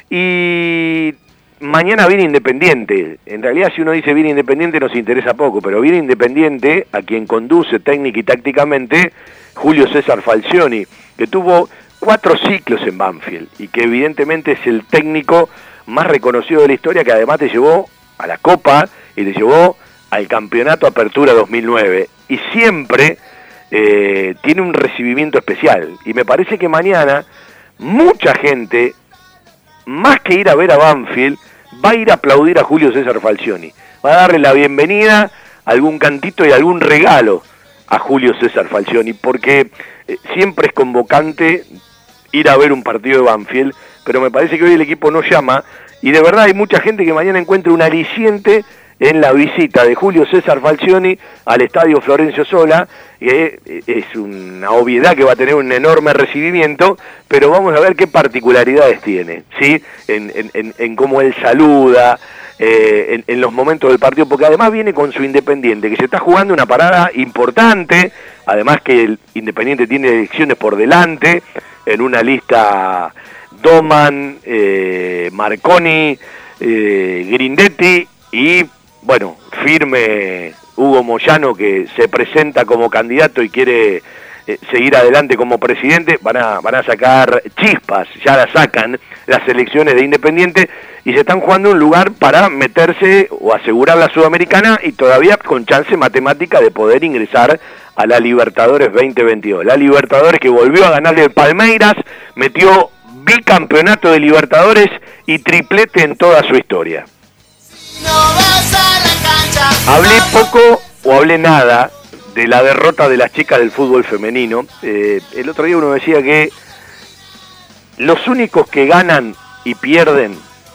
Y mañana viene Independiente. En realidad, si uno dice viene Independiente nos interesa poco, pero viene Independiente, a quien conduce técnica y tácticamente Julio César Falcioni, que tuvo cuatro ciclos en Banfield, y que evidentemente es el técnico más reconocido de la historia, que además te llevó a la Copa y te llevó al Campeonato Apertura dos mil nueve, y siempre eh, tiene un recibimiento especial, y me parece que mañana mucha gente, más que ir a ver a Banfield, va a ir a aplaudir a Julio César Falcioni, va a darle la bienvenida, algún cantito y algún regalo a Julio César Falcioni, porque eh, siempre es convocante ir a ver un partido de Banfield, pero me parece que hoy el equipo no llama, y de verdad hay mucha gente que mañana encuentra un aliciente en la visita de Julio César Falcioni al Estadio Florencio Sola, que es una obviedad que va a tener un enorme recibimiento, pero vamos a ver qué particularidades tiene, ¿sí? En, en, en, en cómo él saluda, eh, en, en los momentos del partido, porque además viene con su Independiente, que se está jugando una parada importante, además que el Independiente tiene elecciones por delante, en una lista Doman, eh, Marconi, eh, Grindetti, y bueno, firme Hugo Moyano, que se presenta como candidato y quiere eh, seguir adelante como presidente, van a, van a sacar chispas, ya la sacan las elecciones de Independiente y se están jugando un lugar para meterse o asegurar la Sudamericana y todavía con chance matemática de poder ingresar a la Libertadores veinte veintidós. La Libertadores que volvió a ganarle el Palmeiras, metió bicampeonato de Libertadores y triplete en toda su historia. Hablé poco o hablé nada de la derrota de las chicas del fútbol femenino. Eh, el otro día uno decía que los únicos que ganan y pierden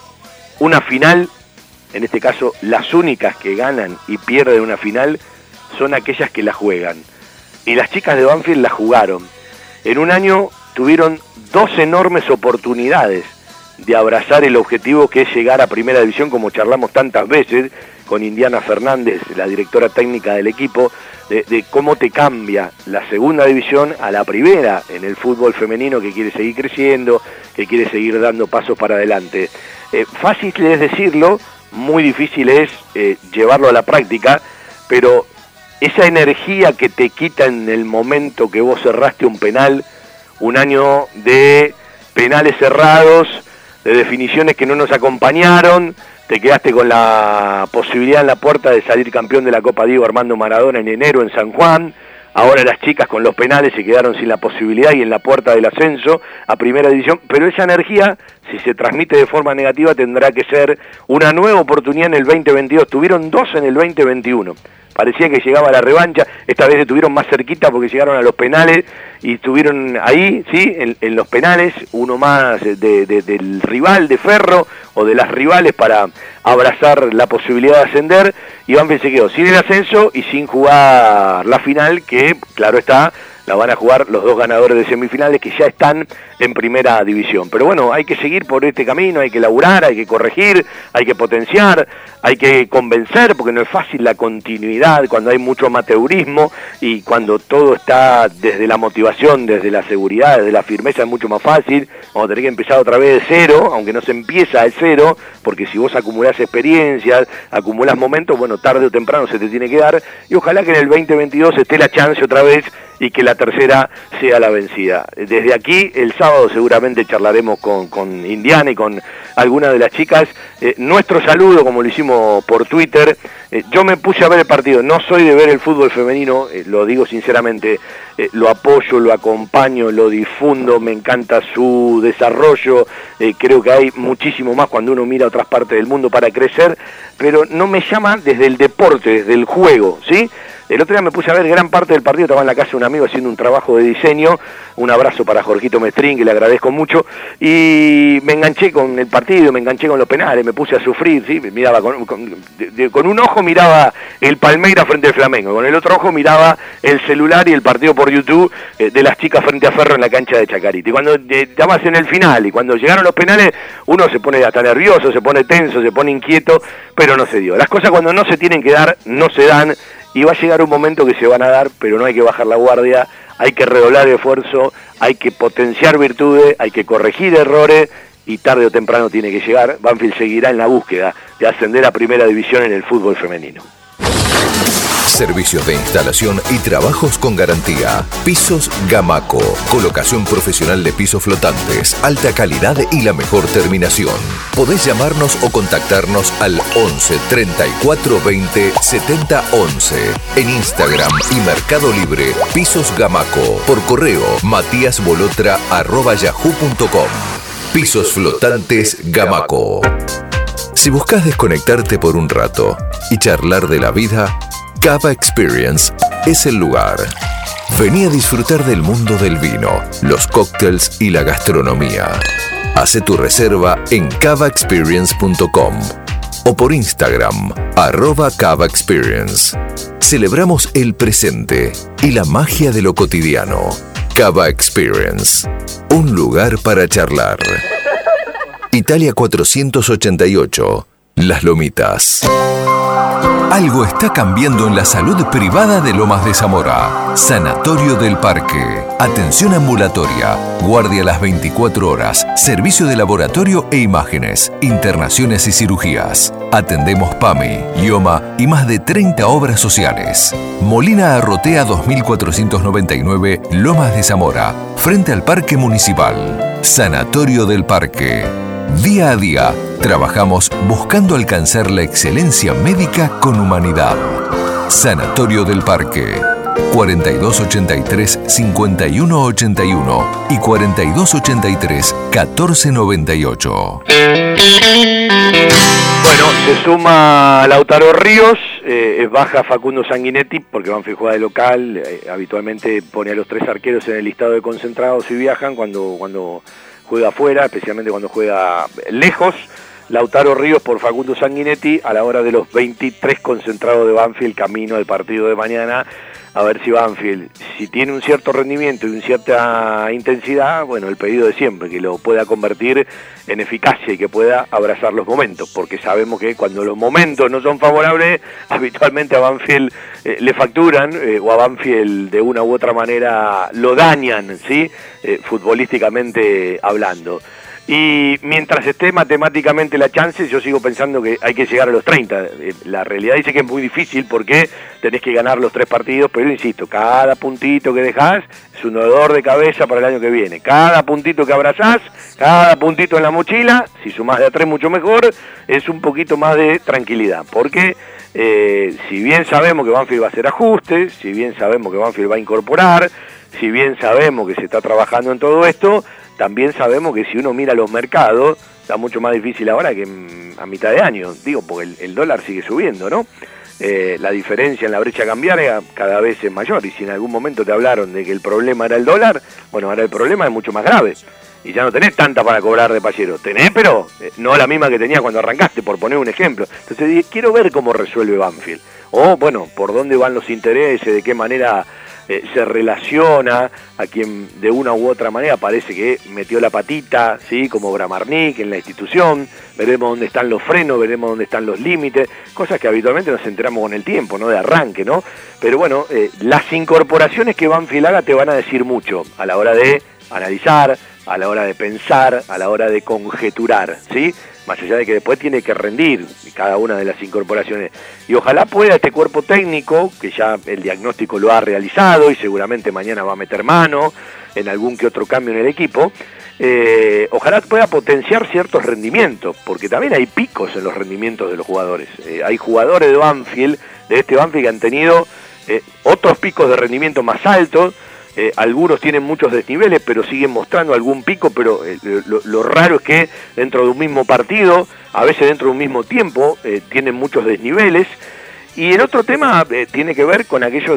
una final, en este caso las únicas que ganan y pierden una final, son aquellas que la juegan. Y las chicas de Banfield la jugaron. En un año tuvieron dos enormes oportunidades de abrazar el objetivo que es llegar a Primera División, como charlamos tantas veces con Indiana Fernández, la directora técnica del equipo, de, de cómo te cambia la Segunda División a la Primera en el fútbol femenino que quiere seguir creciendo, que quiere seguir dando pasos para adelante. Eh, fácil es decirlo, muy difícil es eh, llevarlo a la práctica, pero esa energía que te quita en el momento que vos cerraste un penal, un año de penales cerrados, de definiciones que no nos acompañaron, te quedaste con la posibilidad en la puerta de salir campeón de la Copa Diego Armando Maradona en enero en San Juan, ahora las chicas con los penales se quedaron sin la posibilidad y en la puerta del ascenso a Primera División, pero esa energía, si se transmite de forma negativa, tendrá que ser una nueva oportunidad en el veinte veintidós, tuvieron dos en el veinte veintiuno. Parecía que llegaba la revancha, esta vez estuvieron más cerquita porque llegaron a los penales y estuvieron ahí, sí, en, en los penales, uno más de, de, del rival de Ferro o de las rivales para abrazar la posibilidad de ascender, y Banfield se quedó sin el ascenso y sin jugar la final, que claro está, la van a jugar los dos ganadores de semifinales que ya están en Primera División. Pero bueno, hay que seguir por este camino, hay que laburar, hay que corregir, hay que potenciar, hay que convencer, porque no es fácil la continuidad cuando hay mucho amateurismo y cuando todo está desde la motivación, desde la seguridad, desde la firmeza, es mucho más fácil. Vamos a tener que empezar otra vez de cero, aunque no se empieza de cero, porque si vos acumulás experiencias, acumulás momentos, bueno, tarde o temprano se te tiene que dar, y ojalá que en el veinte veintidós esté la chance otra vez y que la tercera sea la vencida. Desde aquí, el sábado seguramente charlaremos con, con Indiana y con alguna de las chicas. Eh, nuestro saludo, como lo hicimos por Twitter. Eh, yo me puse a ver el partido, no soy de ver el fútbol femenino, eh, lo digo sinceramente, eh, lo apoyo, lo acompaño, lo difundo, me encanta su desarrollo, eh, creo que hay muchísimo más cuando uno mira a otras partes del mundo para crecer, pero no me llama desde el deporte, desde el juego, ¿sí? El otro día me puse a ver gran parte del partido, estaba en la casa de un amigo haciendo un trabajo de diseño, un abrazo para Jorgito Mestrín, que le agradezco mucho, y me enganché con el partido, me enganché con los penales, me puse a sufrir, ¿sí? Miraba con, con, de, de, con un ojo miraba el Palmeiras frente al Flamengo, con el otro ojo miraba el celular y el partido por YouTube eh, de las chicas frente a Ferro en la cancha de Chacarita. Y cuando eh, estabas en el final y cuando llegaron los penales, uno se pone hasta nervioso, se pone tenso, se pone inquieto, pero no se dio. Las cosas cuando no se tienen que dar, no se dan, y va a llegar un momento que se van a dar, pero no hay que bajar la guardia, hay que redoblar el esfuerzo, hay que potenciar virtudes, hay que corregir errores, y tarde o temprano tiene que llegar. Banfield seguirá en la búsqueda de ascender a Primera División en el fútbol femenino. Servicios de instalación y trabajos con garantía. Pisos Gamaco. Colocación profesional de pisos flotantes, alta calidad y la mejor terminación. Podés llamarnos o contactarnos al once treinta y cuatro veinte setenta once. En Instagram y Mercado Libre, Pisos Gamaco. Por correo, matíasbolotra arroba yahoo punto com. Pisos flotantes Gamaco. Si buscas desconectarte por un rato y charlar de la vida, Cava Experience es el lugar. Vení a disfrutar del mundo del vino, los cócteles y la gastronomía. Hace tu reserva en cava experience punto com o por Instagram, arroba Cava Experience. Celebramos el presente y la magia de lo cotidiano. Cava Experience, un lugar para charlar. Italia cuatrocientos ochenta y ocho, Las Lomitas. Algo está cambiando en la salud privada de Lomas de Zamora. Sanatorio del Parque. Atención ambulatoria. Guardia las veinticuatro horas. Servicio de laboratorio e imágenes. Internaciones y cirugías. Atendemos PAMI, IOMA y más de treinta obras sociales. Molina Arrotea dos mil cuatrocientos noventa y nueve, Lomas de Zamora. Frente al Parque Municipal. Sanatorio del Parque. Día a día, trabajamos buscando alcanzar la excelencia médica con humanidad. Sanatorio del Parque. cuarenta y dos ochenta y tres, cincuenta y uno ochenta y uno y cuarenta y dos ochenta y tres, catorce noventa y ocho. Bueno, se suma Lautaro Ríos, eh, baja Facundo Sanguinetti porque Banfield juega de local, eh, habitualmente pone a los tres arqueros en el listado de concentrados y viajan cuando... cuando juega afuera, especialmente cuando juega lejos. Lautaro Ríos por Facundo Sanguinetti a la hora de los veintitrés concentrados de Banfield camino al partido de mañana, a ver si Banfield, si tiene un cierto rendimiento y una cierta intensidad, bueno, el pedido de siempre, que lo pueda convertir en eficacia y que pueda abrazar los momentos, porque sabemos que cuando los momentos no son favorables, habitualmente a Banfield eh, le facturan, eh, o a Banfield de una u otra manera lo dañan, ¿sí? Eh, futbolísticamente hablando. Y mientras esté matemáticamente la chance, yo sigo pensando que hay que llegar a los treinta. La realidad dice que es muy difícil porque tenés que ganar los tres partidos, pero insisto, cada puntito que dejás es un dolor de cabeza para el año que viene. Cada puntito que abrazás, cada puntito en la mochila, si sumás de a tres mucho mejor, es un poquito más de tranquilidad. Porque eh, si bien sabemos que Banfield va a hacer ajustes, si bien sabemos que Banfield va a incorporar, si bien sabemos que se está trabajando en todo esto, también sabemos que si uno mira los mercados, está mucho más difícil ahora que a mitad de año, digo, porque el, el dólar sigue subiendo, ¿no? Eh, la diferencia en la brecha cambiaria cada vez es mayor, y si en algún momento te hablaron de que el problema era el dólar, bueno, ahora el problema es mucho más grave, y ya no tenés tanta para cobrar de payero, tenés, pero eh, no la misma que tenías cuando arrancaste, por poner un ejemplo. Entonces quiero ver cómo resuelve Banfield, o bueno, por dónde van los intereses, de qué manera... Eh, se relaciona a quien de una u otra manera parece que metió la patita, ¿sí? Como Bramarnik en la institución. Veremos dónde están los frenos, veremos dónde están los límites, cosas que habitualmente nos enteramos con el tiempo, ¿no? De arranque, ¿no? Pero bueno, eh, las incorporaciones que Banfield haga te van a decir mucho a la hora de analizar, a la hora de pensar, a la hora de conjeturar, ¿sí? Más allá de que después tiene que rendir cada una de las incorporaciones. Y ojalá pueda este cuerpo técnico, que ya el diagnóstico lo ha realizado y seguramente mañana va a meter mano en algún que otro cambio en el equipo, eh, ojalá pueda potenciar ciertos rendimientos, porque también hay picos en los rendimientos de los jugadores. Eh, hay jugadores de Banfield, de este Banfield, que han tenido eh, otros picos de rendimiento más altos. Eh, algunos tienen muchos desniveles, pero siguen mostrando algún pico, pero eh, lo, lo raro es que dentro de un mismo partido, a veces dentro de un mismo tiempo, eh, tienen muchos desniveles. Y el otro tema eh, tiene que ver con aquello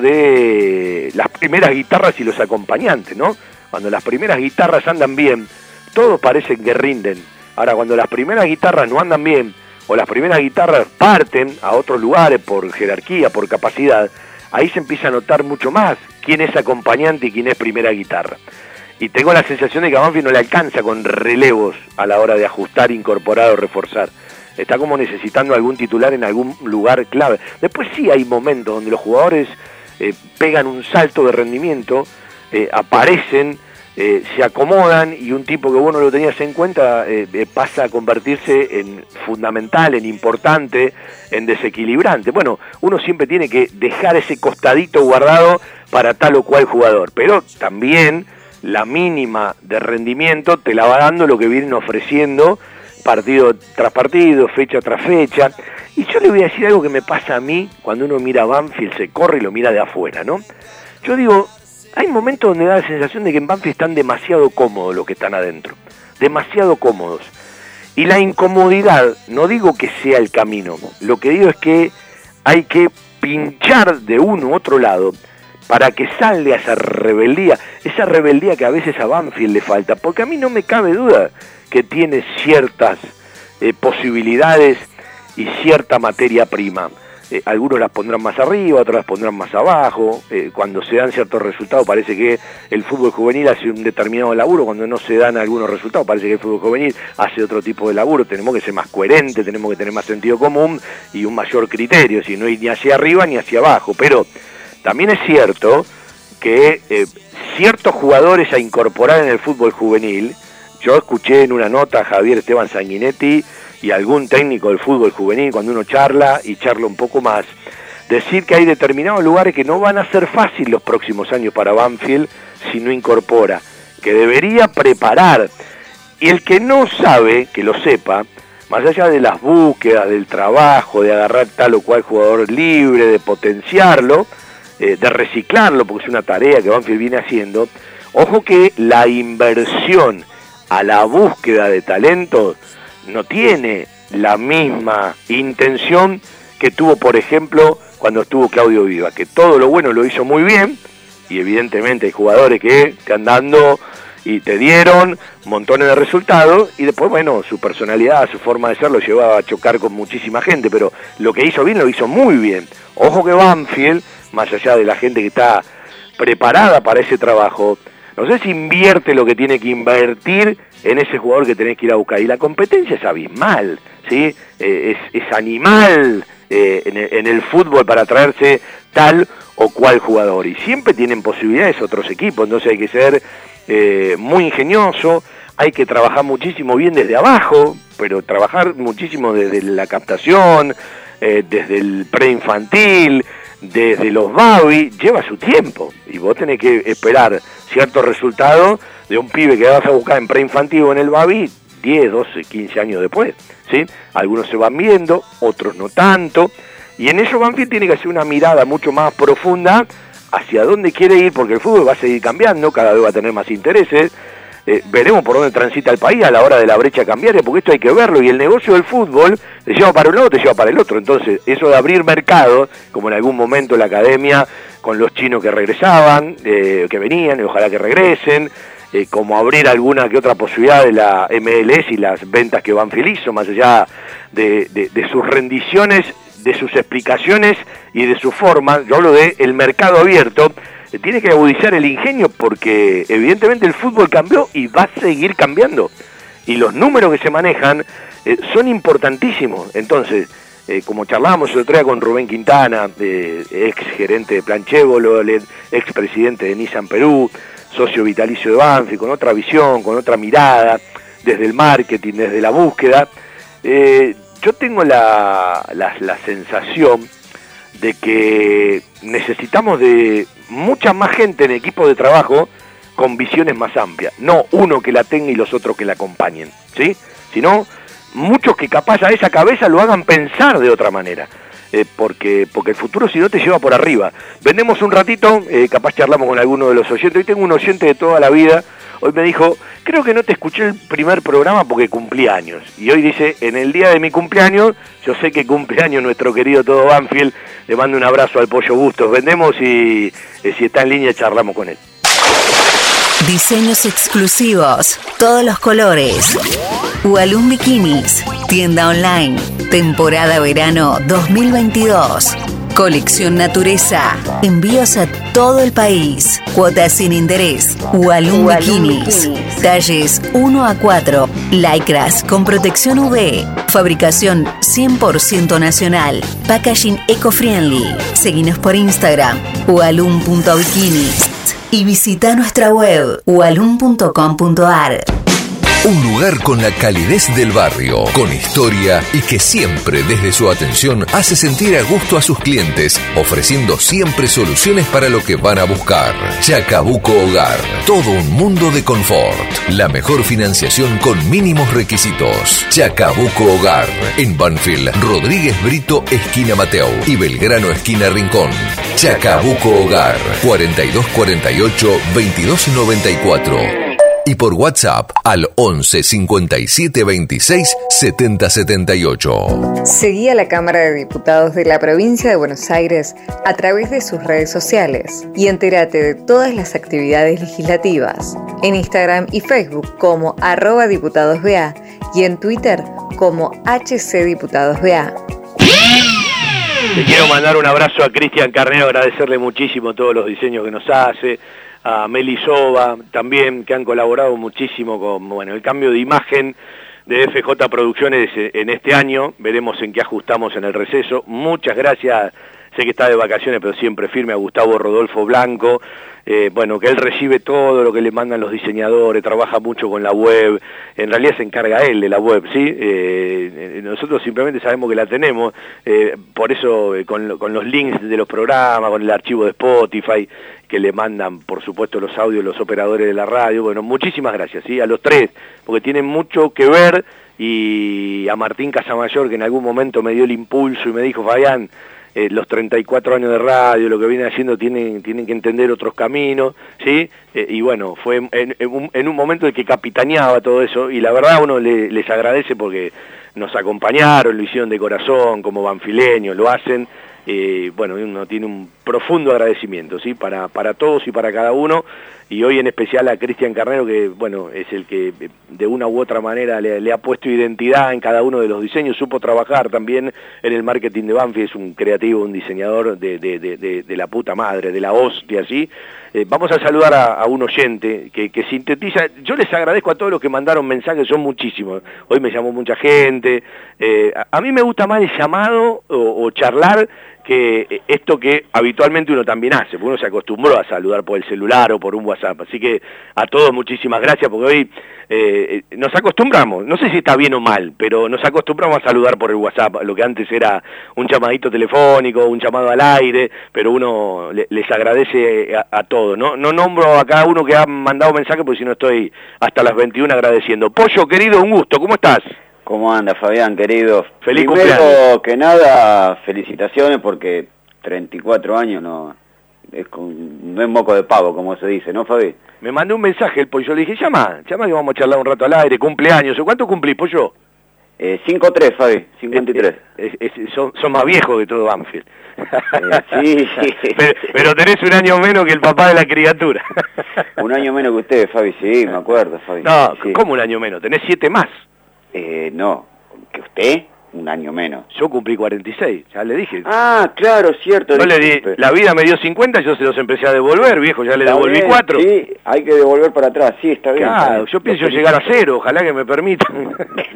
de las primeras guitarras y los acompañantes, ¿no? Cuando las primeras guitarras andan bien, todos parecen que rinden. Ahora, cuando las primeras guitarras no andan bien, o las primeras guitarras parten a otros lugares por jerarquía, por capacidad, ahí se empieza a notar mucho más quién es acompañante y quién es primera guitarra. Y tengo la sensación de que a Banfield no le alcanza con relevos a la hora de ajustar, incorporar o reforzar. Está como necesitando algún titular en algún lugar clave. Después sí hay momentos donde los jugadores eh, pegan un salto de rendimiento, eh, aparecen, eh, se acomodan, y un tipo que vos no lo tenías en cuenta eh, eh, pasa a convertirse en fundamental, en importante, en desequilibrante. Bueno, uno siempre tiene que dejar ese costadito guardado para tal o cual jugador, pero también la mínima de rendimiento te la va dando lo que vienen ofreciendo partido tras partido, fecha tras fecha. Y yo le voy a decir algo que me pasa a mí cuando uno mira a Banfield, se corre y lo mira de afuera, ¿no? Yo digo, hay momentos donde da la sensación de que en Banfield están demasiado cómodos los que están adentro, demasiado cómodos. Y la incomodidad, no digo que sea el camino, lo que digo es que hay que pinchar de uno u otro lado para que salga esa rebeldía, esa rebeldía que a veces a Banfield le falta, porque a mí no me cabe duda que tiene ciertas eh, posibilidades y cierta materia prima. Eh, algunos las pondrán más arriba, otros las pondrán más abajo. Eh, cuando se dan ciertos resultados parece que el fútbol juvenil hace un determinado laburo, cuando no se dan algunos resultados parece que el fútbol juvenil hace otro tipo de laburo. Tenemos que ser más coherentes, tenemos que tener más sentido común y un mayor criterio, si no ir ni hacia arriba ni hacia abajo. Pero también es cierto que eh, ciertos jugadores a incorporar en el fútbol juvenil, yo escuché en una nota a Javier Esteban Sanguinetti y algún técnico del fútbol juvenil, cuando uno charla y charla un poco más, decir que hay determinados lugares que no van a ser fáciles los próximos años para Banfield si no incorpora, que debería preparar. Y el que no sabe, que lo sepa, más allá de las búsquedas, del trabajo, de agarrar tal o cual jugador libre, de potenciarlo, eh, de reciclarlo, porque es una tarea que Banfield viene haciendo, ojo que la inversión a la búsqueda de talentos no tiene la misma intención que tuvo, por ejemplo, cuando estuvo Claudio Viva, que todo lo bueno lo hizo muy bien, y evidentemente hay jugadores que te han dando y te dieron montones de resultados, y después, bueno, su personalidad, su forma de ser lo llevaba a chocar con muchísima gente, pero lo que hizo bien, lo hizo muy bien. Ojo que Banfield, más allá de la gente que está preparada para ese trabajo, no sé si invierte lo que tiene que invertir en ese jugador que tenés que ir a buscar. Y la competencia es abismal, ¿sí? Eh, es, es animal eh, en, el, en el fútbol para traerse tal o cual jugador. Y siempre tienen posibilidades otros equipos, entonces hay que ser eh, muy ingenioso, hay que trabajar muchísimo bien desde abajo, pero trabajar muchísimo desde la captación, eh, desde el preinfantil, desde los babi, lleva su tiempo. Y vos tenés que esperar ciertos resultados de un pibe que vas a buscar en preinfantil o en el babi diez, doce, quince años después, ¿sí? Algunos se van viendo, otros no tanto, y en eso Banfield tiene que hacer una mirada mucho más profunda hacia dónde quiere ir, porque el fútbol va a seguir cambiando, cada vez va a tener más intereses, eh, veremos por dónde transita el país a la hora de la brecha cambiaria, porque esto hay que verlo, y el negocio del fútbol te lleva para un lado, te lleva para el otro. Entonces eso de abrir mercado, como en algún momento la academia con los chinos que regresaban, eh, que venían, y ojalá que regresen, eh, como abrir alguna que otra posibilidad de la M L S y las ventas que Banfield hizo, más allá de, de, de sus rendiciones, de sus explicaciones y de su forma. Yo hablo de el mercado abierto, eh, tiene que agudizar el ingenio, porque evidentemente el fútbol cambió y va a seguir cambiando, y los números que se manejan eh, son importantísimos. Entonces, eh, como charlábamos el otro día con Rubén Quintana, eh, ex gerente de Plan Chevrolet, ex presidente de Nissan Perú, socio vitalicio de Banfield, con otra visión, con otra mirada, desde el marketing, desde la búsqueda, eh, yo tengo la, la, la sensación de que necesitamos de mucha más gente en equipo de trabajo con visiones más amplias, no uno que la tenga y los otros que la acompañen, ¿sí? Sino muchos que capaz a esa cabeza lo hagan pensar de otra manera, eh, porque, porque el futuro si no te lleva por arriba. Vendemos un ratito, eh, capaz charlamos con alguno de los oyentes. Hoy tengo un oyente de toda la vida, hoy me dijo, creo que no te escuché el primer programa porque cumplí años, y hoy dice, en el día de mi cumpleaños, yo sé que cumpleaños nuestro querido todo Banfield, le mando un abrazo al Pollo Bustos. Vendemos y eh, si está en línea charlamos con él. Diseños exclusivos, todos los colores. Ualum Bikinis, tienda online, temporada verano dos mil veintidós. Colección Natureza, envíos a todo el país. Cuotas sin interés. Ualum Bikinis, talles uno a cuatro. Lycras con protección U V. Fabricación cien por ciento nacional. Packaging eco-friendly. Seguinos por Instagram, ualum punto bikinis. Y visita nuestra web, ualum punto com punto ar. Un lugar con la calidez del barrio, con historia y que siempre desde su atención hace sentir a gusto a sus clientes, ofreciendo siempre soluciones para lo que van a buscar. Chacabuco Hogar, todo un mundo de confort. La mejor financiación con mínimos requisitos. Chacabuco Hogar, en Banfield, Rodríguez Brito, esquina Mateo, y Belgrano, esquina Rincón. Chacabuco Hogar, cuarenta y dos cuarenta y ocho, veintidós noventa y cuatro. Y por WhatsApp al once cincuenta y siete veintiséis setenta setenta y ocho. Seguí a la Cámara de Diputados de la Provincia de Buenos Aires a través de sus redes sociales y entérate de todas las actividades legislativas en Instagram y Facebook como arroba diputadosBA y en Twitter como H C DiputadosBA. Le quiero mandar un abrazo a Cristian Carnero, agradecerle muchísimo todos los diseños que nos hace, a Meli Soba también, que han colaborado muchísimo con bueno, el cambio de imagen de F J Producciones en este año. Veremos en qué ajustamos en el receso. Muchas gracias, sé que está de vacaciones, pero siempre firme, a Gustavo Rodolfo Blanco, eh, bueno, que él recibe todo lo que le mandan los diseñadores, trabaja mucho con la web, en realidad se encarga él de la web, ¿sí? Eh, nosotros simplemente sabemos que la tenemos, eh, por eso eh, con, con los links de los programas, con el archivo de Spotify, que le mandan, por supuesto, los audios, los operadores de la radio. Bueno, muchísimas gracias, ¿sí? A los tres, porque tienen mucho que ver, y a Martín Casamayor, que en algún momento me dio el impulso y me dijo, Fabián, eh, los treinta y cuatro años de radio, lo que viene haciendo, tienen, tienen que entender otros caminos, ¿sí? Eh, y bueno, fue en, en, un, en un momento en que capitaneaba todo eso, y la verdad uno le, les agradece porque nos acompañaron, lo hicieron de corazón, como banfileños, lo hacen. Eh, bueno, uno tiene un profundo agradecimiento, ¿sí? Para, para todos y para cada uno, y hoy en especial a Cristian Carnero, que bueno, es el que de una u otra manera le, le ha puesto identidad en cada uno de los diseños, supo trabajar también en el marketing de Banfield, es un creativo, un diseñador de, de, de, de, de la puta madre, de la hostia, ¿sí? Eh, vamos a saludar a, a un oyente que, que sintetiza. Yo les agradezco a todos los que mandaron mensajes, son muchísimos, hoy me llamó mucha gente, eh, a, a mí me gusta más el llamado o, o charlar, que esto que habitualmente uno también hace, porque uno se acostumbró a saludar por el celular o por un WhatsApp, así que a todos muchísimas gracias, porque hoy eh, nos acostumbramos, no sé si está bien o mal, pero nos acostumbramos a saludar por el WhatsApp, lo que antes era un llamadito telefónico, un llamado al aire, pero uno le, les agradece a, a todos, ¿no? No nombro a cada uno que ha mandado mensaje, porque si no estoy hasta las veintiuna agradeciendo. Pollo, querido, un gusto, ¿cómo estás? ¿Cómo anda, Fabián, querido? Feliz Primero cumpleaños. que nada, felicitaciones, porque treinta y cuatro años no es, con, no es moco de pavo, como se dice, ¿no, Fabi? Me mandó un mensaje el Pollo, le dije, llama, llama que vamos a charlar un rato al aire, cumpleaños. ¿Cuánto cumplís, Pollo? Eh, cinco tres, Fabi, cincuenta y tres. Es, es, es, son, son más viejos que todo Banfield. Eh, sí, sí. pero, pero tenés un año menos que el papá de la criatura. Un año menos que usted, Fabi, sí, me acuerdo, Fabi. No, sí. ¿Cómo un año menos? Tenés siete más. Eh, no, que usted, un año menos. Yo cumplí cuarenta y seis, ya le dije. Ah, claro, cierto. Yo le di, la vida me dio cincuenta, yo se los empecé a devolver, viejo, ya le devolví cuatro. Sí, hay que devolver para atrás, sí, está bien. Claro, está bien. yo pienso llegar a cero, ojalá que me permitan.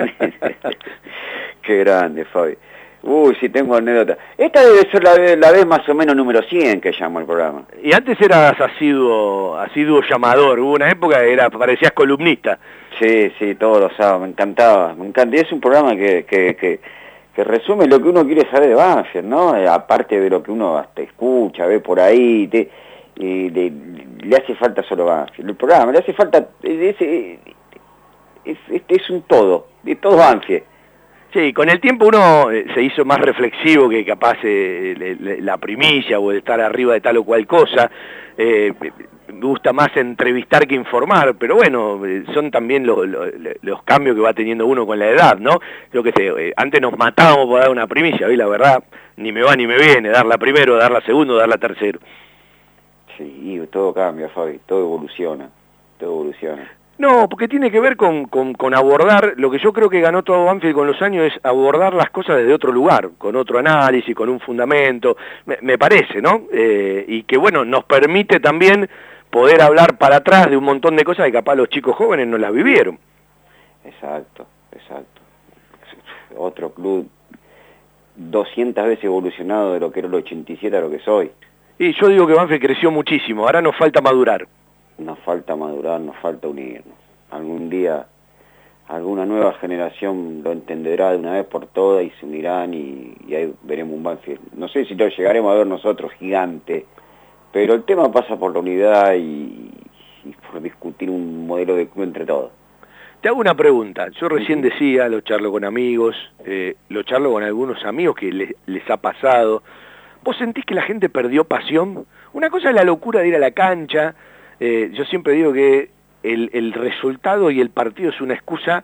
Qué grande, Fabi. Uy, sí, tengo anécdota. Esta debe ser la vez, la vez más o menos número cien que llamo al programa. Y antes eras asiduo, asiduo llamador, hubo una época que era, parecías columnista. Sí, sí, todos los sábados, me encantaba, me encanta. Y es un programa que, que, que, que resume lo que uno quiere saber de Banfield, ¿no? Eh, aparte de lo que uno hasta escucha, ve por ahí, te, eh, le, le hace falta solo Banfield. El programa, le hace falta, es, es, es, es, es un todo, de todo Banfield. Sí, con el tiempo uno eh, se hizo más reflexivo que capaz eh, le, le, la primicia o de estar arriba de tal o cual cosa. Eh, me gusta más entrevistar que informar, pero bueno, eh, son también lo, lo, los cambios que va teniendo uno con la edad, ¿no? Yo qué sé, eh, antes nos matábamos por dar una primicia, hoy la verdad ni me va ni me viene, darla primero, darla segundo, darla tercero. Sí, todo cambia, Fabi, todo evoluciona, todo evoluciona. No, porque tiene que ver con, con, con abordar, lo que yo creo que ganó todo Banfield con los años es abordar las cosas desde otro lugar, con otro análisis, con un fundamento, me, me parece, ¿no? Eh, y que bueno, nos permite también poder hablar para atrás de un montón de cosas que capaz los chicos jóvenes no las vivieron. Exacto, exacto. Otro club doscientas veces evolucionado de lo que era el ochenta y siete a lo que soy. Y yo digo que Banfield creció muchísimo, ahora nos falta madurar. Nos falta madurar, nos falta unirnos. Algún día, alguna nueva generación lo entenderá de una vez por todas y se unirán y, y ahí veremos un Banfield. No sé si lo llegaremos a ver nosotros gigante, pero el tema pasa por la unidad y, y por discutir un modelo de club entre todos. Te hago una pregunta, yo recién decía, lo charlo con amigos, eh, lo charlo con algunos amigos que les, les ha pasado. ¿Vos sentís que la gente perdió pasión? Una cosa es la locura de ir a la cancha. Eh, yo siempre digo que el, el resultado y el partido es una excusa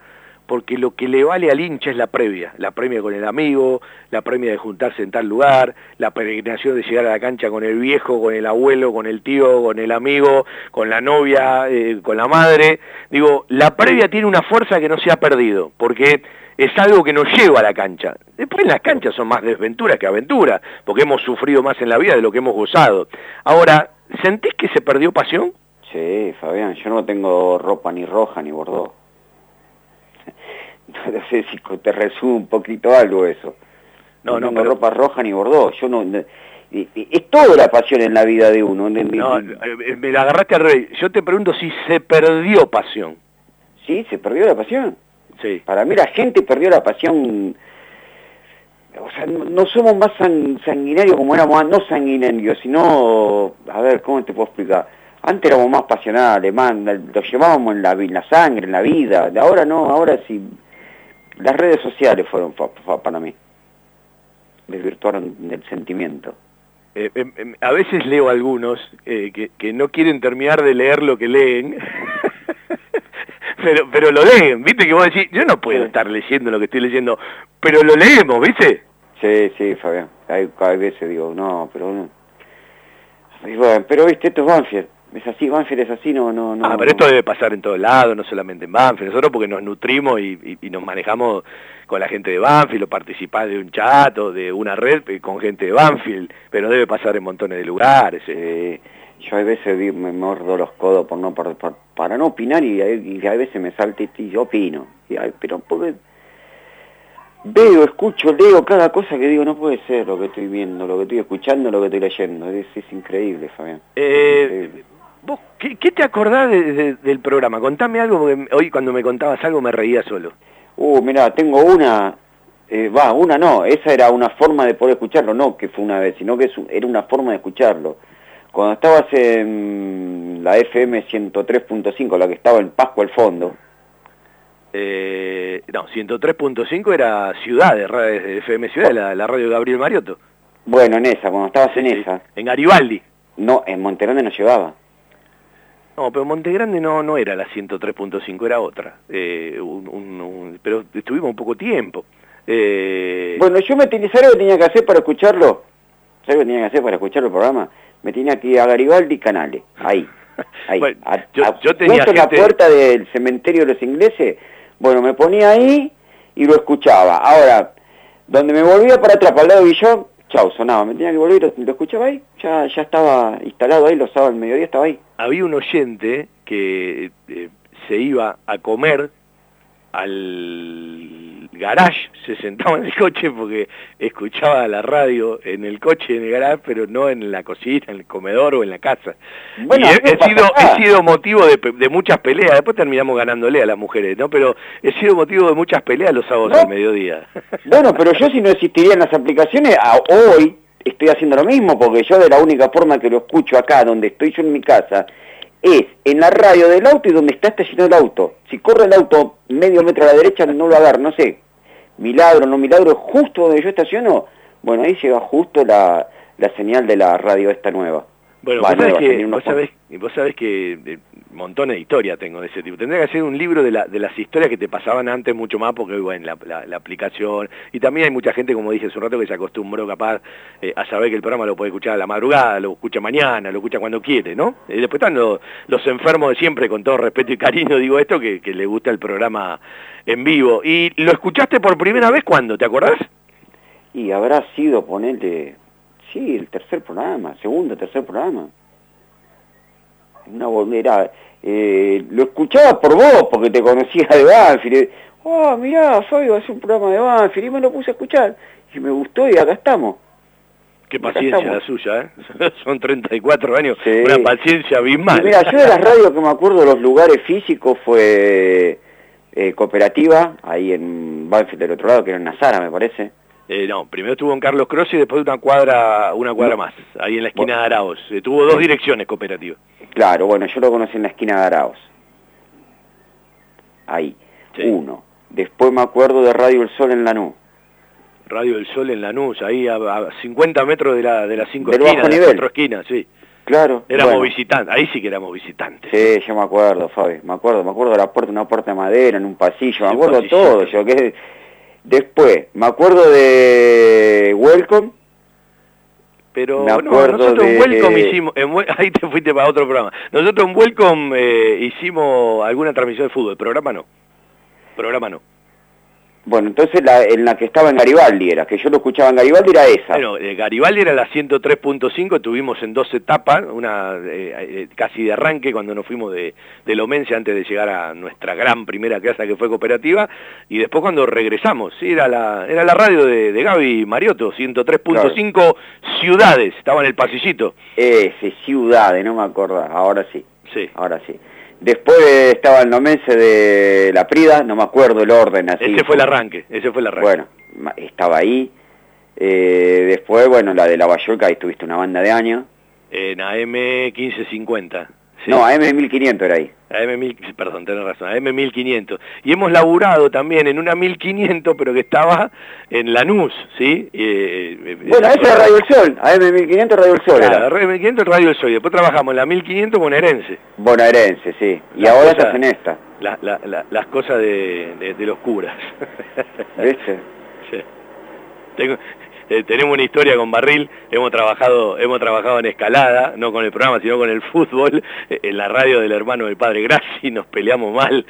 porque lo que le vale al hincha es la previa, la previa con el amigo, la previa de juntarse en tal lugar, la peregrinación de llegar a la cancha con el viejo, con el abuelo, con el tío, con el amigo, con la novia, eh, con la madre. Digo, la previa tiene una fuerza que no se ha perdido, porque es algo que nos lleva a la cancha. Después en las canchas son más desventuras que aventuras, porque hemos sufrido más en la vida de lo que hemos gozado. Ahora, ¿sentís que se perdió pasión? Sí, Fabián, yo no tengo ropa ni roja ni bordó. No sé si te resume un poquito algo eso. No, no, no tengo pero... ropa roja ni bordó. Yo no, no, es toda la pasión en la vida de uno. No, me la agarraste al rey. Yo te pregunto si se perdió pasión. Sí, se perdió la pasión. Sí. Para mí la gente perdió la pasión. O sea, no, no somos más san, sanguinarios como éramos antes, no sanguinarios, sino, a ver, ¿cómo te puedo explicar? Antes éramos más pasionales, más, lo llevábamos en la, en la sangre, en la vida. Ahora no, ahora sí. Las redes sociales fueron fa, fa, para mí. Desvirtuaron el sentimiento. Eh, eh, a veces leo algunos eh, que, que no quieren terminar de leer lo que leen, pero pero lo leen, ¿viste? Que vos decís, yo no puedo estar leyendo lo que estoy leyendo, pero lo leemos, ¿viste? Sí, sí, Fabián. Hay, hay veces digo, no, pero no. Bueno, pero viste, esto es Banfield. Es así, Banfield es así, no, no, no. Ah, pero esto debe pasar en todos lados, no solamente en Banfield. Nosotros porque nos nutrimos y, y, y nos manejamos con la gente de Banfield, o participás de un chat o de una red con gente de Banfield, pero debe pasar en montones de lugares. Eh. Yo a veces me mordo los codos por no por, por, para no opinar y, y a veces me salta y yo opino. Y, pero porque veo, escucho, leo cada cosa que digo, no puede ser lo que estoy viendo, lo que estoy escuchando, lo que estoy leyendo. Es, es increíble, Fabián. Eh, es increíble. ¿Vos qué, qué te acordás de, de, del programa? Contame algo, porque hoy cuando me contabas algo me reía solo. Uh, mirá, tengo una, eh, va, una no, esa era una forma de poder escucharlo, no que fue una vez, sino que es, era una forma de escucharlo. Cuando estabas en la F M ciento tres punto cinco, la que estaba en Pascua al fondo. Eh, no, ciento tres punto cinco era Ciudad, de F M Ciudad, la, la radio de Gabriel Mariotto. Bueno, en esa, cuando estabas sí, en sí. esa. En Garibaldi. No, en Montegrande no llevaba. No, pero Montegrande no no era la ciento tres punto cinco, era otra. Eh, un, un, un, pero estuvimos un poco tiempo. Eh... Bueno, yo me tenía, ¿sabes lo que tenía que hacer para escucharlo? ¿Sabes lo que tenía que hacer para escuchar el programa? Me tenía que ir a Garibaldi Canales, ahí, ahí, bueno, a, yo, a, yo tenía gente... la puerta del cementerio de los ingleses, bueno, me ponía ahí y lo escuchaba. Ahora, donde me volvía para atrás, para el lado de Guillón, chau, sonaba, me tenía que volver, lo, lo escuchaba ahí, ya ya estaba instalado ahí, los sábados al mediodía estaba ahí. Había un oyente que eh, se iba a comer al garage, se sentaba en el coche porque escuchaba la radio en el coche, en el garage, pero no en la cocina, en el comedor o en la casa. Bueno, y he, he, sido, he sido motivo de, de muchas peleas, después terminamos ganándole a las mujeres, ¿no? Pero he sido motivo de muchas peleas los sábados ¿no? al mediodía. Bueno, pero yo si no existirían las aplicaciones, a hoy estoy haciendo lo mismo, porque yo de la única forma que lo escucho acá, donde estoy yo en mi casa, es en la radio del auto y donde está estacionado el auto. Si corre el auto medio metro a la derecha, no lo agarro, no sé, milagro, no milagro, justo donde yo estaciono, bueno, ahí llega justo la, la señal de la radio esta nueva. Bueno, vos, sabés que, vos, sabés, vos sabés que eh, montones de historias tengo de ese tipo. Tendría que hacer un libro de, la, de las historias que te pasaban antes mucho más, porque bueno, la, la, la aplicación, y también hay mucha gente, como dije hace un rato, que se acostumbró capaz eh, a saber que el programa lo puede escuchar a la madrugada, lo escucha mañana, lo escucha cuando quiere, ¿no? Y después están los, los enfermos de siempre, con todo respeto y cariño digo esto, que, que le gusta el programa en vivo. ¿Y lo escuchaste por primera vez cuándo? ¿Te acordás? Y habrá sido, ponele... Sí, el tercer programa, segundo, tercer programa. Una volverá. Eh, lo escuchaba por vos, porque te conocía de Banfield. Oh, mirá, Fabio va a hacer un programa de Banfield, y me lo puse a escuchar. Y me gustó y acá estamos. Qué paciencia la suya, ¿eh? Son treinta y cuatro años, sí. Una paciencia abismal. Mira, yo de las radios que me acuerdo de los lugares físicos fue eh, Cooperativa, ahí en Banfield del otro lado, que era en Nazara, me parece. Eh, no, primero estuvo en Carlos Cross y después una cuadra una cuadra no. más, ahí en la esquina bueno. de Araos. Eh, tuvo dos direcciones Cooperativa. Claro, bueno, yo lo conocí en la esquina de Araos. Ahí, sí. Uno. Después me acuerdo de Radio El Sol en Lanús. Radio El Sol en Lanús, ahí a, a cincuenta metros de la de las cinco del esquinas, bajo de nivel. cuatro esquinas, sí. Claro. Éramos bueno. visitantes, ahí sí que éramos visitantes. Sí, yo me acuerdo, Fabi, me acuerdo, me acuerdo de la puerta, una puerta de madera en un pasillo, me Sí, acuerdo pasillito. todo, yo que después, me acuerdo de Welcome, Pero me no, acuerdo nosotros de- en Welcome hicimos, en Wel- ahí te fuiste para otro programa. Nosotros en Welcome eh, hicimos alguna transmisión de fútbol, programa no. Programa no. bueno, entonces la, en la que estaba en Garibaldi era, que yo lo escuchaba en Garibaldi era esa. Bueno, eh, Garibaldi era la ciento tres punto cinco, tuvimos en dos etapas, una eh, eh, casi de arranque cuando nos fuimos de, de Lomense antes de llegar a nuestra gran primera casa que fue Cooperativa, y después cuando regresamos, sí, era la, era la radio de, de Gaby Mariotto, ciento tres punto cinco Ciudades, estaba en el pasillito. Ese, Ciudades, no me acuerdo, ahora sí, Sí. ahora sí. Después estaba el Nomense de La Prida, no me acuerdo el orden así. Ese fue el arranque, ese fue el arranque. Bueno, ma- estaba ahí. Eh, después, bueno, la de La Bayolca, ahí tuviste una banda de años. En A M quince cincuenta. Sí. No, A M mil quinientos era ahí. A M mil, perdón, tenés razón, A M mil quinientos. Y hemos laburado también en una mil quinientos, pero que estaba en Lanús, ¿sí? Eh, eh, Bueno, esa era Radio El Sol, A M mil quinientos Radio El Sol Claro, era. Radio mil quinientos Radio del Sol. Y después trabajamos en la mil quinientos bonaerense. Bonaerense, sí. Y Las ahora cosas- estás en esta, La- la- la- las cosas de, de- de los curas. ¿viste? Sí. Tengo- eh, tenemos una historia con Barril, hemos trabajado, hemos trabajado en escalada, no con el programa, sino con el fútbol, eh, en la radio del hermano del padre Grassi, nos peleamos mal.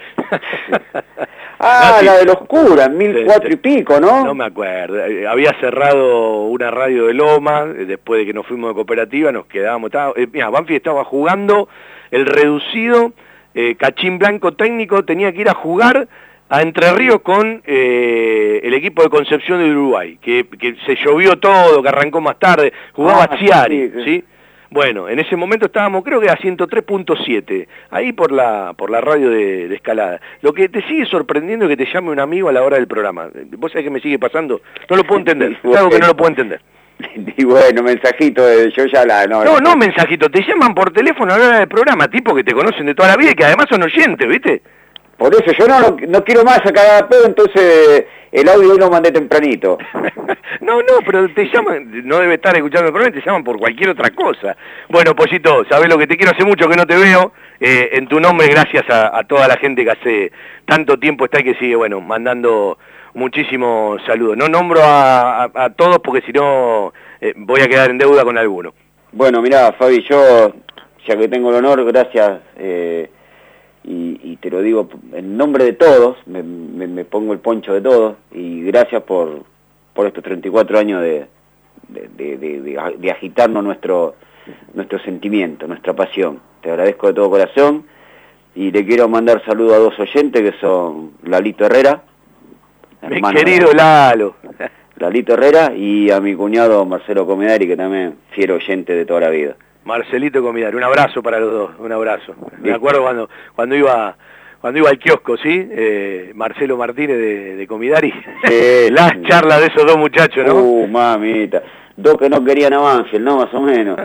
Ah, Grassi- la de los curas, mil Sí, cuatro sí. y pico, ¿no? No me acuerdo. Eh, Había cerrado una radio de Loma, eh, después de que nos fuimos de Cooperativa, nos quedábamos... Estaba, eh, mira, Banfield estaba jugando el reducido, eh, Cachín Blanco técnico, tenía que ir a jugar a Entre Ríos con eh, el equipo de Concepción de Uruguay, que, que se llovió todo, que arrancó más tarde, jugaba Ah, Chiari, sí, sí. ¿sí? Bueno, en ese momento estábamos, creo que a ciento tres punto siete, ahí por la por la radio de, de escalada. Lo que te sigue sorprendiendo es que te llame un amigo a la hora del programa. ¿Vos sabés qué me sigue pasando? No lo puedo entender, es algo que no lo puedo entender. Y bueno, mensajito, de, yo ya la... No, No, no mensajito, te llaman por teléfono a la hora del programa, tipo que te conocen de toda la vida y que además son oyentes, ¿viste? Por eso yo no, lo- no quiero más a cada pedo, entonces el audio hoy lo mandé tempranito. No, no, pero te llaman, no debe estar escuchando el programa, te llaman por cualquier otra cosa. Bueno, Pollito, sabés lo que te quiero, hace mucho que no te veo, eh, en tu nombre gracias a, a toda la gente que hace tanto tiempo está y que sigue, bueno, mandando muchísimos saludos. No nombro a, a- a todos porque si no eh, voy a quedar en deuda con alguno. Bueno, mirá, Fabi, yo, ya que tengo el honor, gracias, eh, y, y te lo digo en nombre de todos, me, me- me pongo el poncho de todos, y gracias por, por estos treinta y cuatro años de, de, de- de- de- de agitarnos nuestro, nuestro sentimiento, nuestra pasión. Te agradezco de todo corazón, y le quiero mandar saludos a dos oyentes que son Lalito Herrera, Mi hermano querido de- Lalo. Lalito Herrera, y a mi cuñado Marcelo Comedari, que también fiel oyente de toda la vida. Marcelito Comidar, un abrazo para los dos, un abrazo. Me Bien. acuerdo cuando cuando iba cuando iba al kiosco, ¿sí? Eh, Marcelo Martínez de, de Comidari. Sí. Las charlas de esos dos muchachos, ¿no? Uh, mamita. Dos que no querían a Banfield, ¿no? Más o menos.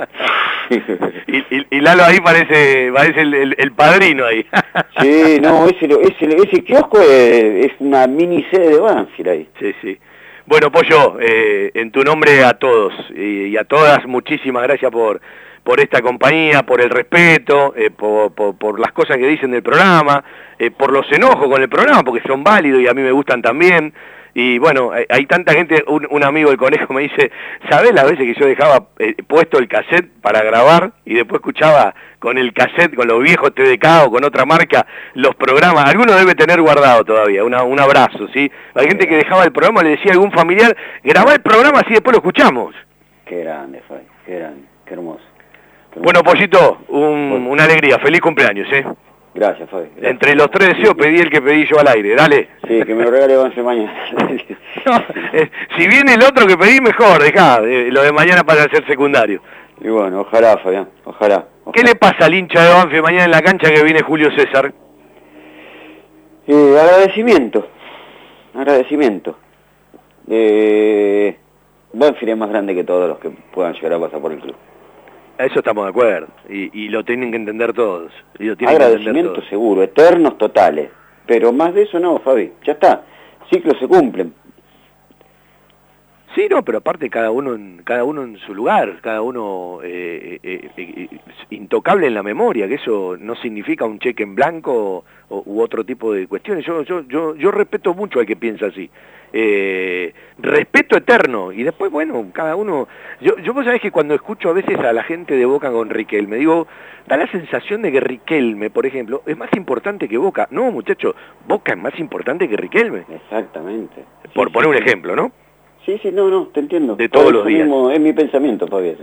y, y- y Lalo ahí parece parece el, el- el padrino ahí. Sí, no, ese, ese, ese kiosco es, es una mini sede de Banfield ahí. Sí, sí. Bueno, Pollo, eh, en tu nombre a todos y, y a todas, muchísimas gracias por, por esta compañía, por el respeto, eh, por, por, por las cosas que dicen del programa, eh, por los enojos con el programa, porque son válidos y a mí me gustan también. Y bueno, hay, hay tanta gente, un, un amigo del Conejo me dice, ¿sabés las veces que yo dejaba eh, puesto el cassette para grabar y después escuchaba con el cassette, con los viejos T D K o con otra marca, los programas? Alguno debe tener guardado todavía, una, un abrazo, ¿sí? Hay gente que dejaba el programa, le decía a algún familiar, grabá el programa así después lo escuchamos. Qué grande, Fabi, qué grande, qué hermoso. Qué hermoso. Bueno, Pollito, un, una alegría, feliz cumpleaños, ¿eh? Gracias, Fabi. Gracias. Entre los tres deseos pedí el que pedí yo al aire, dale. Sí, que me lo regale Banfield mañana. No, eh, si viene el otro que pedí, mejor, dejá, eh, lo de mañana para ser secundario. Y bueno, ojalá, Fabián, ojalá. ojalá. ¿Qué le pasa al hincha de Banfield mañana en la cancha que viene Julio César? Eh, agradecimiento, agradecimiento. Eh, Banfield es más grande que todos los que puedan llegar a pasar por el club. A eso estamos de acuerdo, y, y lo tienen que entender todos. Y lo tienen que entender Agradecimiento todos. seguro, eternos totales. Pero más de eso no, Fabi, ya está. Ciclos se cumplen. Sí, no, pero aparte cada uno en, cada uno en su lugar, cada uno eh, eh, eh, intocable en la memoria, que eso no significa un cheque en blanco o, u otro tipo de cuestiones. Yo, yo, yo, yo respeto mucho al que piensa así. Eh, respeto eterno, y después, bueno, cada uno... Yo, yo vos sabés que cuando escucho a veces a la gente de Boca con Riquelme, digo, da la sensación de que Riquelme, por ejemplo, es más importante que Boca. No, muchacho, Boca es más importante que Riquelme. Exactamente. Por sí, poner sí, un ejemplo, ¿no? Sí, sí, no, no, te entiendo. De todos Por los eso días. mismo es mi pensamiento, Fabián.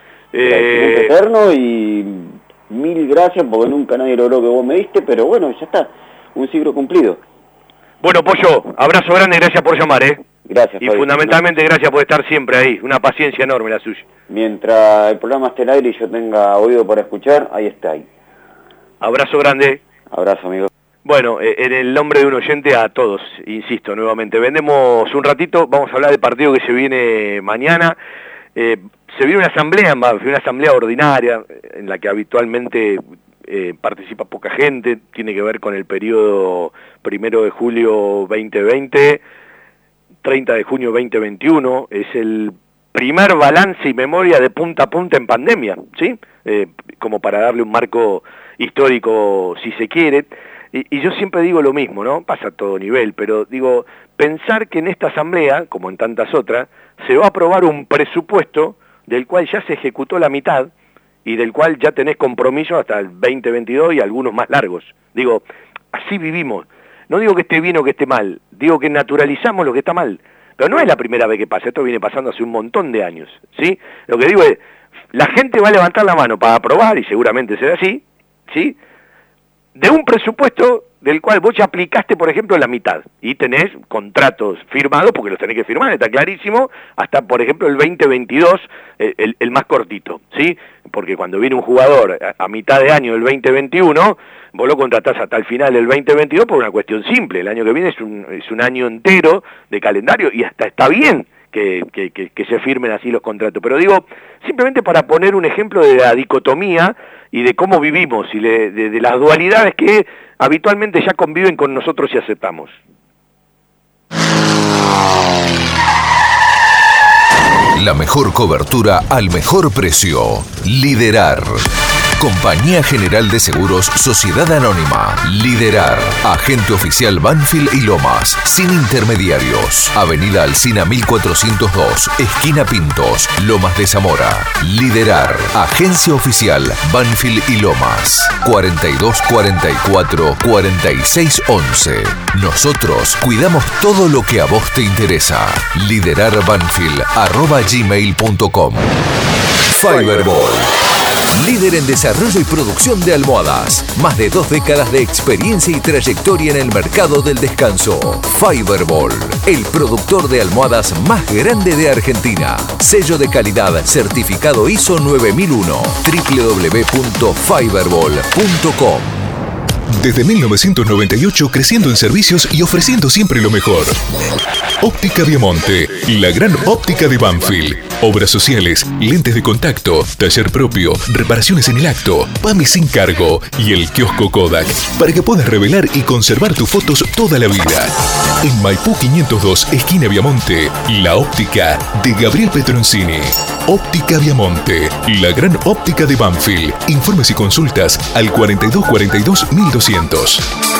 Eh... eterno y mil gracias porque nunca nadie logró que vos me diste, pero bueno, ya está, un ciclo cumplido. Bueno, Pollo, abrazo grande, gracias por llamar, ¿eh? Gracias, Y Fabi. fundamentalmente gracias por estar siempre ahí, una paciencia enorme la suya. Mientras el programa esté al aire y yo tenga oído para escuchar, ahí está ahí. Abrazo grande. Abrazo, amigo. Bueno, eh, en el nombre de un oyente a todos, insisto nuevamente, vendemos un ratito, vamos a hablar del partido que se viene mañana. Eh, se viene una asamblea, una asamblea ordinaria en la que habitualmente eh, participa poca gente, tiene que ver con el periodo primero de julio veinte veinte, treinta de junio veinte veintiuno, es el primer balance y memoria de punta a punta en pandemia, ¿sí? Eh, como para darle un marco histórico si se quiere. Y, y yo siempre digo lo mismo, ¿no? Pasa a todo nivel, pero digo, pensar que en esta asamblea, como en tantas otras, se va a aprobar un presupuesto del cual ya se ejecutó la mitad y del cual ya tenés compromiso hasta el veinte veintidós y algunos más largos. Digo, así vivimos. No digo que esté bien o que esté mal, digo que naturalizamos lo que está mal. Pero no es la primera vez que pasa, esto viene pasando hace un montón de años, ¿sí? Lo que digo es, la gente va a levantar la mano para aprobar, y seguramente será así, ¿sí?, de un presupuesto del cual vos ya aplicaste, por ejemplo, la mitad, y tenés contratos firmados, porque los tenés que firmar, está clarísimo, hasta, por ejemplo, el veinte veintidós, el, el, el más cortito, ¿sí? Porque cuando viene un jugador a, a mitad de año del veinte veintiuno, vos lo contratás hasta el final del veinte veintidós por una cuestión simple, el año que viene es un, es un año entero de calendario, y hasta está bien que, que, que, que se firmen así los contratos, pero digo, simplemente para poner un ejemplo de la dicotomía y de cómo vivimos y de, de, de las dualidades que habitualmente ya conviven con nosotros y aceptamos. La mejor cobertura al mejor precio. Liderar. Compañía General de Seguros Sociedad Anónima. Liderar. Agente oficial Banfield y Lomas. Sin intermediarios. Avenida Alsina mil cuatrocientos dos. Esquina Pintos. Lomas de Zamora. Liderar. Agencia oficial Banfield y Lomas. cuarenta y dos cuarenta y cuatro cuarenta y seis once. Nosotros cuidamos todo lo que a vos te interesa. Liderarbanfield arroba gmail punto com. Fiberball. Líder en desarrollo y producción de almohadas. Más de dos décadas de experiencia y trayectoria en el mercado del descanso. Fiberball, el productor de almohadas más grande de Argentina. Sello de calidad certificado I S O nueve mil uno. doble u doble u doble u punto fiberball punto com. Desde mil novecientos noventa y ocho creciendo en servicios y ofreciendo siempre lo mejor. Óptica Viamonte, la gran óptica de Banfield. Obras sociales, lentes de contacto, taller propio, reparaciones en el acto, P A M I sin cargo y el kiosco Kodak para que puedas revelar y conservar tus fotos toda la vida. En Maipú quinientos dos, esquina Viamonte, la óptica de Gabriel Petroncini. Óptica Viamonte, la gran óptica de Banfield. Informes y consultas al cuarenta y dos cuarenta y dos mil doscientos.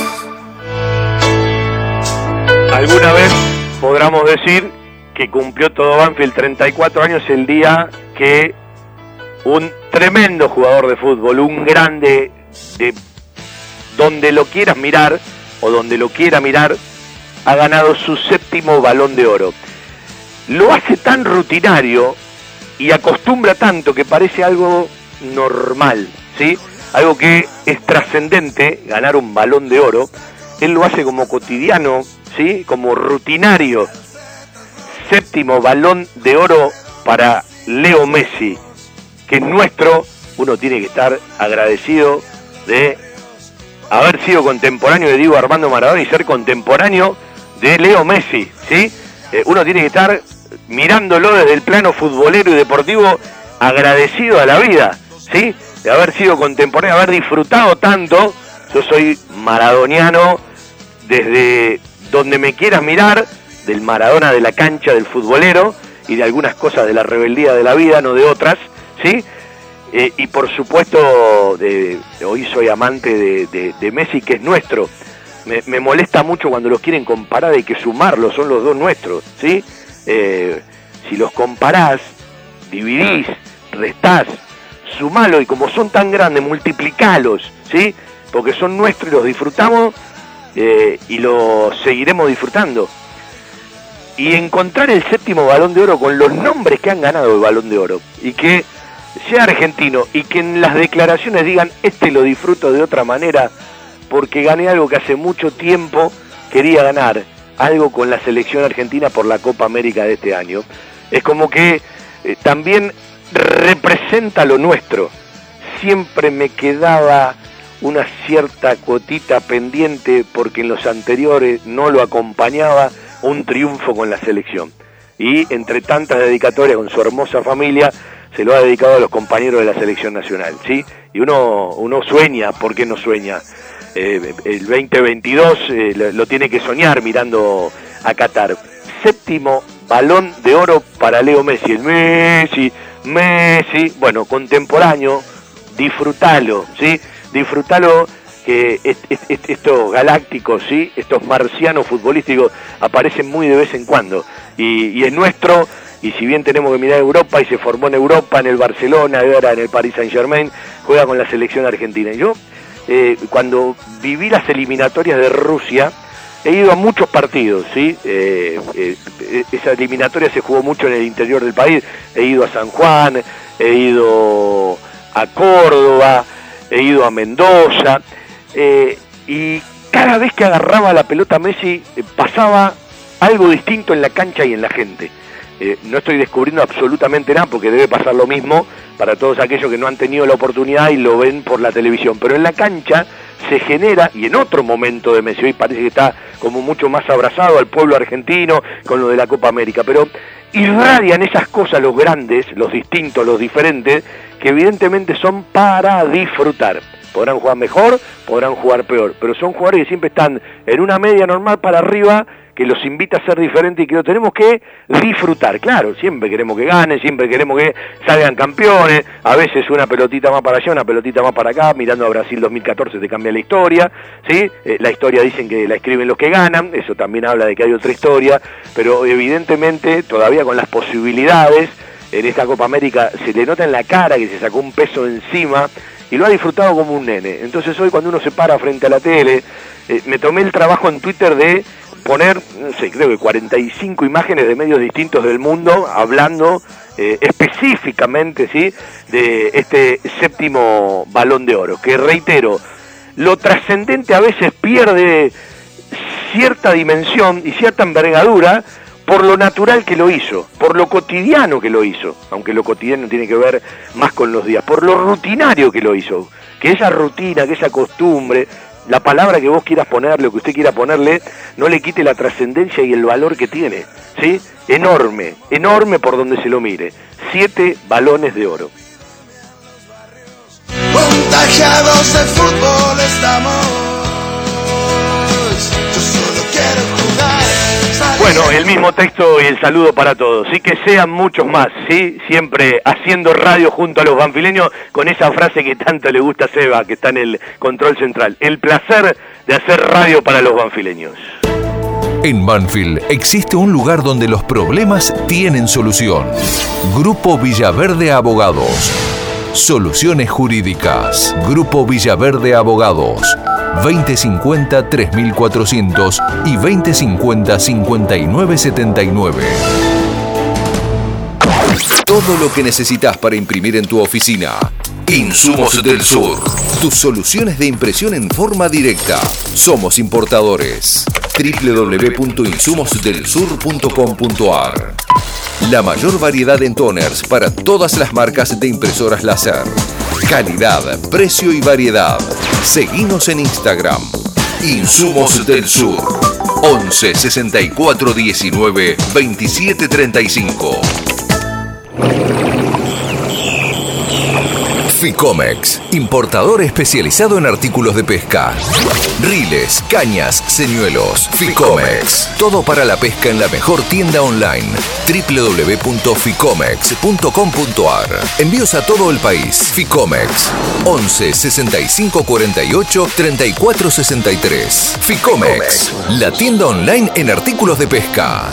Alguna vez podremos decir que cumplió todo Banfield treinta y cuatro años el día que un tremendo jugador de fútbol, un grande de donde lo quieras mirar o donde lo quiera mirar, ha ganado su séptimo Balón de Oro. Lo hace tan rutinario y acostumbra tanto que parece algo normal, ¿sí? Algo que es trascendente, ganar un Balón de Oro. Él lo hace como cotidiano, ¿sí? Como rutinario. Séptimo Balón de Oro para Leo Messi, que es nuestro. Uno tiene que estar agradecido de haber sido contemporáneo de Diego Armando Maradona y ser contemporáneo de Leo Messi, ¿sí? Eh, uno tiene que estar mirándolo desde el plano futbolero y deportivo, agradecido a la vida, ¿sí? De haber sido contemporáneo, haber disfrutado tanto. Yo soy maradoniano desde donde me quieras mirar, del Maradona de la cancha, del futbolero, y de algunas cosas de la rebeldía de la vida, no de otras, ¿sí? Eh, y por supuesto, de, hoy soy amante de, de, de Messi, que es nuestro. Me, me molesta mucho cuando los quieren comparar, hay que sumarlos, son los dos nuestros, ¿sí? Eh, si los comparás, dividís, restás, sumalo, y como son tan grandes, multiplicalos, ¿sí? Porque son nuestros y los disfrutamos, eh, y los seguiremos disfrutando. Y encontrar el séptimo Balón de Oro con los nombres que han ganado el Balón de Oro, y que sea argentino, y que en las declaraciones digan, este lo disfruto de otra manera, porque gané algo que hace mucho tiempo quería ganar, algo con la selección argentina por la Copa América de este año. Es como que eh, también representa lo nuestro. Siempre me quedaba una cierta cuotita pendiente porque en los anteriores no lo acompañaba un triunfo con la selección. Y entre tantas dedicatorias con su hermosa familia, se lo ha dedicado a los compañeros de la selección nacional, ¿sí? Y uno, uno sueña, ¿por qué no sueña? Eh, el veinte veintidós eh, lo, lo tiene que soñar mirando a Qatar. Séptimo Balón de Oro para Leo Messi. El Messi, Messi, bueno, contemporáneo, disfrútalo, ¿sí? Disfrútalo, que est, est, est, estos galácticos, ¿sí? Estos marcianos futbolísticos aparecen muy de vez en cuando. Y, y es nuestro, y si bien tenemos que mirar Europa, y se formó en Europa, en el Barcelona, ahora en el Paris Saint-Germain, juega con la selección argentina. Y yo, eh, cuando viví las eliminatorias de Rusia, he ido a muchos partidos, ¿sí? Eh, eh, esa eliminatoria se jugó mucho en el interior del país. He ido a San Juan, he ido a Córdoba, he ido a Mendoza, eh, y cada vez que agarraba la pelota Messi, eh, pasaba algo distinto en la cancha y en la gente. Eh, no estoy descubriendo absolutamente nada, porque debe pasar lo mismo para todos aquellos que no han tenido la oportunidad y lo ven por la televisión, pero en la cancha se genera, y en otro momento de Messi, hoy parece que está como mucho más abrazado al pueblo argentino con lo de la Copa América, pero irradian esas cosas los grandes, los distintos, los diferentes, que evidentemente son para disfrutar. Podrán jugar mejor, podrán jugar peor, pero son jugadores que siempre están en una media normal para arriba, que los invita a ser diferentes y que lo tenemos que disfrutar. Claro, siempre queremos que ganen, siempre queremos que salgan campeones, a veces una pelotita más para allá, una pelotita más para acá, mirando a Brasil dos mil catorce te cambia la historia, ¿sí? Eh, la historia dicen que la escriben los que ganan, eso también habla de que hay otra historia, pero evidentemente todavía con las posibilidades, en esta Copa América se le nota en la cara que se sacó un peso encima y lo ha disfrutado como un nene. Entonces hoy cuando uno se para frente a la tele, eh, me tomé el trabajo en Twitter de poner, no sé, creo que cuarenta y cinco imágenes de medios distintos del mundo hablando eh, específicamente, ¿sí?, de este séptimo Balón de Oro, que reitero, lo trascendente a veces pierde cierta dimensión y cierta envergadura por lo natural que lo hizo, por lo cotidiano que lo hizo, aunque lo cotidiano tiene que ver más con los días, por lo rutinario que lo hizo, que esa rutina, que esa costumbre, la palabra que vos quieras ponerle o que usted quiera ponerle, no le quite la trascendencia y el valor que tiene, ¿sí? Enorme, enorme por donde se lo mire. Siete Balones de Oro. Contagiados de fútbol estamos. Yo solo quiero jugar. Bueno, el mismo texto y el saludo para todos, sí, que sean muchos más, sí, siempre haciendo radio junto a los banfileños con esa frase que tanto le gusta a Seba, que está en el control central, el placer de hacer radio para los banfileños. En Banfield existe un lugar donde los problemas tienen solución. Grupo Villaverde Abogados. Soluciones jurídicas. Grupo Villaverde Abogados. veinte cincuenta tres mil cuatrocientos y veinte cincuenta cincuenta y nueve setenta y nueve. Todo lo que necesitas para imprimir en tu oficina. Insumos del Sur. Tus soluciones de impresión en forma directa. Somos importadores. doble u doble u doble u punto insumos del sur punto com punto a r. La mayor variedad en toners para todas las marcas de impresoras láser. Calidad, precio y variedad. Seguinos en Instagram. Insumos del Sur. once sesenta y cuatro diecinueve veintisiete treinta y cinco. Ficomex, importador especializado en artículos de pesca. Riles, cañas, señuelos. Ficomex. Todo para la pesca en la mejor tienda online. doble u doble u doble u punto ficomex punto com punto a r. Envíos a todo el país. Ficomex. once sesenta y cinco cuarenta y ocho treinta y cuatro sesenta y tres. Ficomex. La tienda online en artículos de pesca.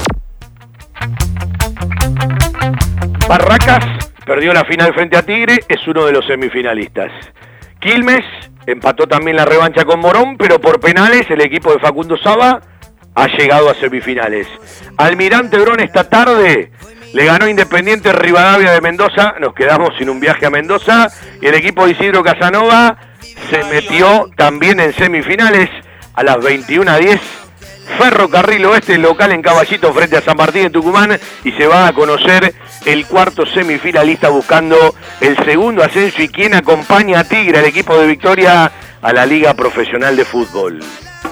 Barracas perdió la final frente a Tigre, es uno de los semifinalistas. Quilmes empató también la revancha con Morón, pero por penales el equipo de Facundo Saba ha llegado a semifinales. Almirante Brown esta tarde le ganó Independiente Rivadavia de Mendoza, nos quedamos sin un viaje a Mendoza, y el equipo de Isidro Casanova se metió también en semifinales a las veintiuna diez. Ferrocarril Oeste, local en Caballito frente a San Martín de Tucumán, y se va a conocer el cuarto semifinalista buscando el segundo ascenso y quien acompaña a Tigre, el equipo de Victoria, a la Liga Profesional de Fútbol.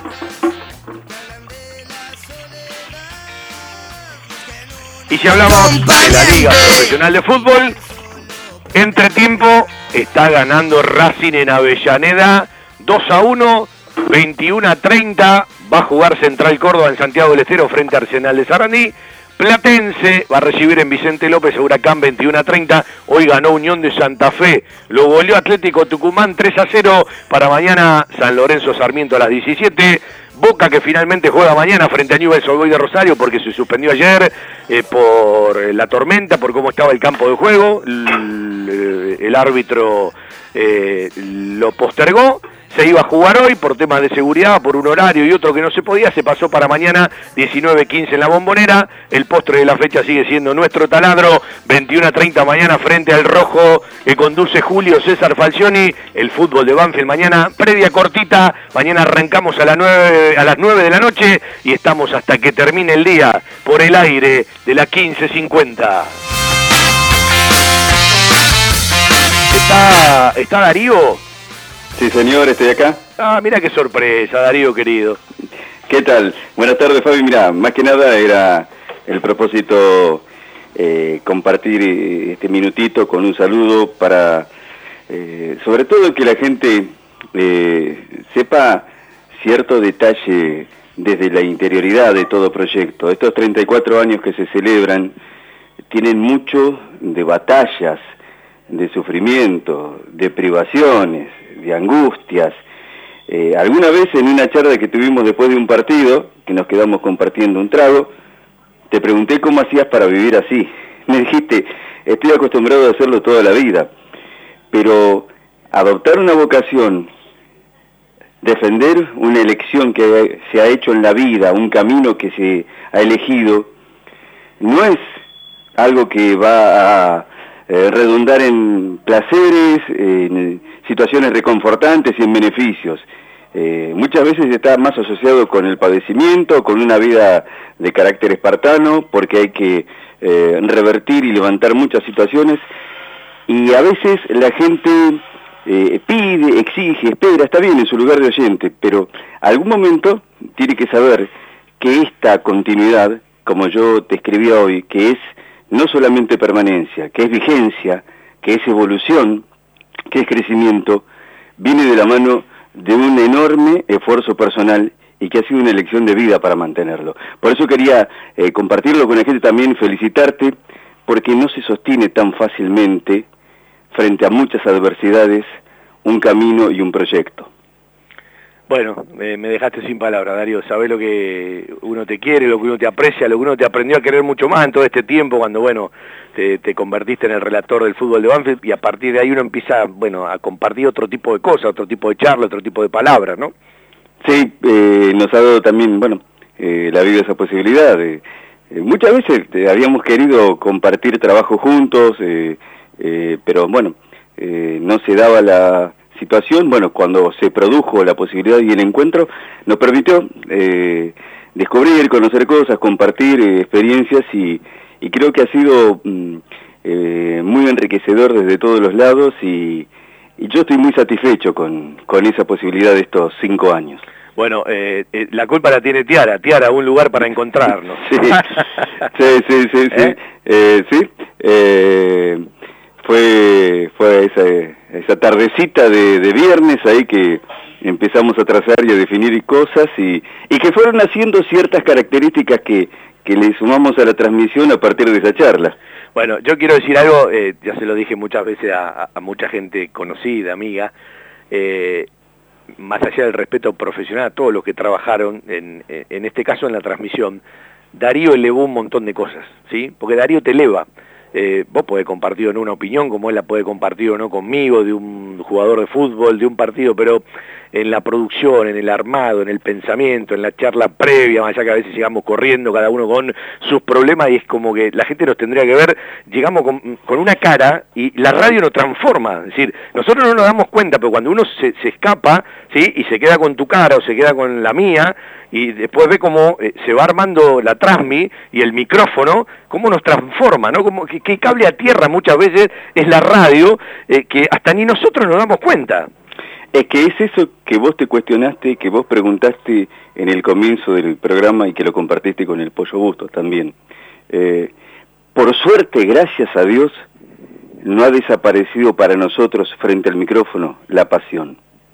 Y si hablamos de la Liga Profesional de Fútbol, entretiempo está ganando Racing en Avellaneda dos a uno, veintiuno a treinta. Va a jugar Central Córdoba en Santiago del Estero frente a Arsenal de Sarandí. Platense va a recibir en Vicente López a Huracán veintiuno a treinta. Hoy ganó Unión de Santa Fe. Lo goleó Atlético Tucumán tres a cero. Para mañana San Lorenzo Sarmiento a las diecisiete. Boca que finalmente juega mañana frente a Newell's Old Boys de Rosario porque se suspendió ayer eh, por la tormenta, por cómo estaba el campo de juego. El, el árbitro eh, lo postergó. Se iba a jugar hoy por temas de seguridad, por un horario y otro que no se podía, se pasó para mañana diecinueve quince en la Bombonera. El postre de la fecha sigue siendo nuestro taladro, veintiuno a treinta mañana frente al rojo que conduce Julio César Falcioni. El fútbol de Banfield mañana, previa cortita, mañana arrancamos a, la nueve, a las nueve de la noche y estamos hasta que termine el día por el aire de la quince cincuenta. ¿Está, está Darío? Sí, señor, estoy acá. Ah, mira qué sorpresa, Darío querido. ¿Qué tal? Buenas tardes, Fabi. Mira, más que nada era el propósito eh, compartir este minutito con un saludo para, eh, sobre todo, que la gente eh, sepa cierto detalle desde la interioridad de todo proyecto. Estos treinta y cuatro años que se celebran tienen mucho de batallas, de sufrimiento, de privaciones, de angustias. Eh, alguna vez en una charla que tuvimos después de un partido, que nos quedamos compartiendo un trago, te pregunté cómo hacías para vivir así. Me dijiste, estoy acostumbrado a hacerlo toda la vida, pero adoptar una vocación, defender una elección que se ha hecho en la vida, un camino que se ha elegido, no es algo que va a Eh, redundar en placeres, en situaciones reconfortantes y en beneficios. Eh, muchas veces está más asociado con el padecimiento, con una vida de carácter espartano, porque hay que eh, revertir y levantar muchas situaciones, y a veces la gente eh, pide, exige, espera, está bien en su lugar de oyente, pero algún momento tiene que saber que esta continuidad, como yo te escribí hoy, que es no solamente permanencia, que es vigencia, que es evolución, que es crecimiento, viene de la mano de un enorme esfuerzo personal y que ha sido una elección de vida para mantenerlo. Por eso quería eh, compartirlo con la gente, también felicitarte, porque no se sostiene tan fácilmente frente a muchas adversidades un camino y un proyecto. Bueno, eh, me dejaste sin palabras, Darío. Sabés lo que uno te quiere, lo que uno te aprecia, lo que uno te aprendió a querer mucho más en todo este tiempo, cuando, bueno, te, te convertiste en el relator del fútbol de Banfield, y a partir de ahí uno empieza, bueno, a compartir otro tipo de cosas, otro tipo de charla, otro tipo de palabras, ¿no? Sí, eh, nos ha dado también, bueno, eh, la vida esa posibilidad. De, eh, muchas veces eh, habíamos querido compartir trabajo juntos, eh, eh, pero bueno, eh, no se daba la situación. Bueno, cuando se produjo la posibilidad y el encuentro, nos permitió eh, descubrir, conocer cosas, compartir eh, experiencias, y, y creo que ha sido mm, eh, muy enriquecedor desde todos los lados, y, y yo estoy muy satisfecho con, con esa posibilidad de estos cinco años. Bueno, eh, eh, la culpa la tiene Tiara, Tiara, un lugar para encontrarnos. Sí, sí, sí, sí, sí. ¿Eh? Eh, sí. Eh, fue fue esa, esa tardecita de, de viernes ahí que empezamos a trazar y a definir cosas y, y que fueron haciendo ciertas características que, que le sumamos a la transmisión a partir de esa charla. Bueno, yo quiero decir algo, eh, ya se lo dije muchas veces a, a, a mucha gente conocida, amiga, eh, más allá del respeto profesional a todos los que trabajaron, en, en este caso en la transmisión, Darío elevó un montón de cosas, ¿sí? Porque Darío te eleva. Eh, vos podés compartir o no una opinión, como él la puede compartir o no conmigo, de un jugador de fútbol, de un partido, pero en la producción, en el armado, en el pensamiento, en la charla previa, más allá que a veces llegamos corriendo, cada uno con sus problemas, y es como que la gente nos tendría que ver, llegamos con, con una cara, y la radio nos transforma, es decir, nosotros no nos damos cuenta, pero cuando uno se, se escapa, ¿sí? Y se queda con tu cara, o se queda con la mía, y después ve cómo eh, se va armando la transmi y el micrófono, cómo nos transforma, ¿no? Como que, que cable a tierra muchas veces es la radio, eh, que hasta ni nosotros nos damos cuenta. Es que es eso que vos te cuestionaste, que vos preguntaste en el comienzo del programa y que lo compartiste con el Pollo Bustos también. Eh, por suerte, gracias a Dios, no ha desaparecido para nosotros frente al micrófono la pasión.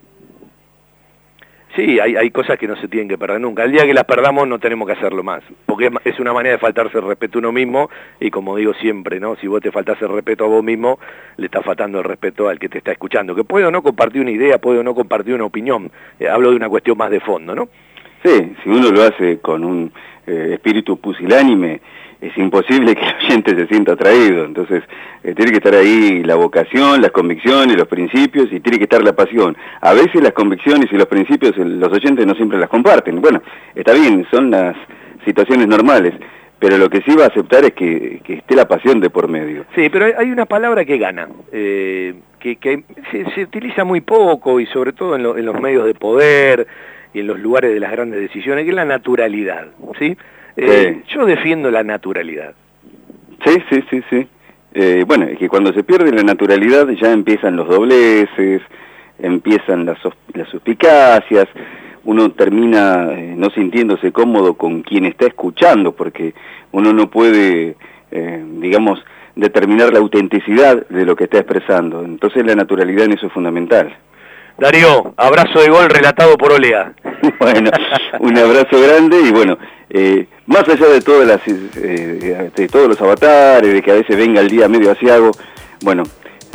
Sí, hay, hay cosas que no se tienen que perder nunca. El día que las perdamos no tenemos que hacerlo más, porque es una manera de faltarse el respeto a uno mismo, y como digo siempre, ¿no? Si vos te faltás el respeto a vos mismo, le estás faltando el respeto al que te está escuchando, que puede o no compartir una idea, puede o no compartir una opinión. Eh, hablo de una cuestión más de fondo, ¿no? Sí, si uno lo hace con un eh, espíritu pusilánime, es imposible que el oyente se sienta atraído. Entonces, eh, tiene que estar ahí la vocación, las convicciones, los principios, y tiene que estar la pasión. A veces las convicciones y los principios el, los oyentes no siempre las comparten. Bueno, está bien, son las situaciones normales, pero lo que sí va a aceptar es que, que esté la pasión de por medio. Sí, pero hay una palabra que gana, eh, que, que se, se utiliza muy poco, y sobre todo en, lo, en los medios de poder y en los lugares de las grandes decisiones, que es la naturalidad, ¿sí? Eh, sí. Yo defiendo la naturalidad. Sí, sí, sí, sí. Eh, bueno, es que cuando se pierde la naturalidad ya empiezan los dobleces, empiezan las, las suspicacias, uno termina eh, no sintiéndose cómodo con quien está escuchando, porque uno no puede, eh, digamos, determinar la autenticidad de lo que está expresando. Entonces la naturalidad en eso es fundamental. Darío, abrazo de gol relatado por Olea. Bueno, un abrazo grande y bueno, eh, más allá de todas las, eh, de todos los avatares, de que a veces venga el día medio asiago, bueno,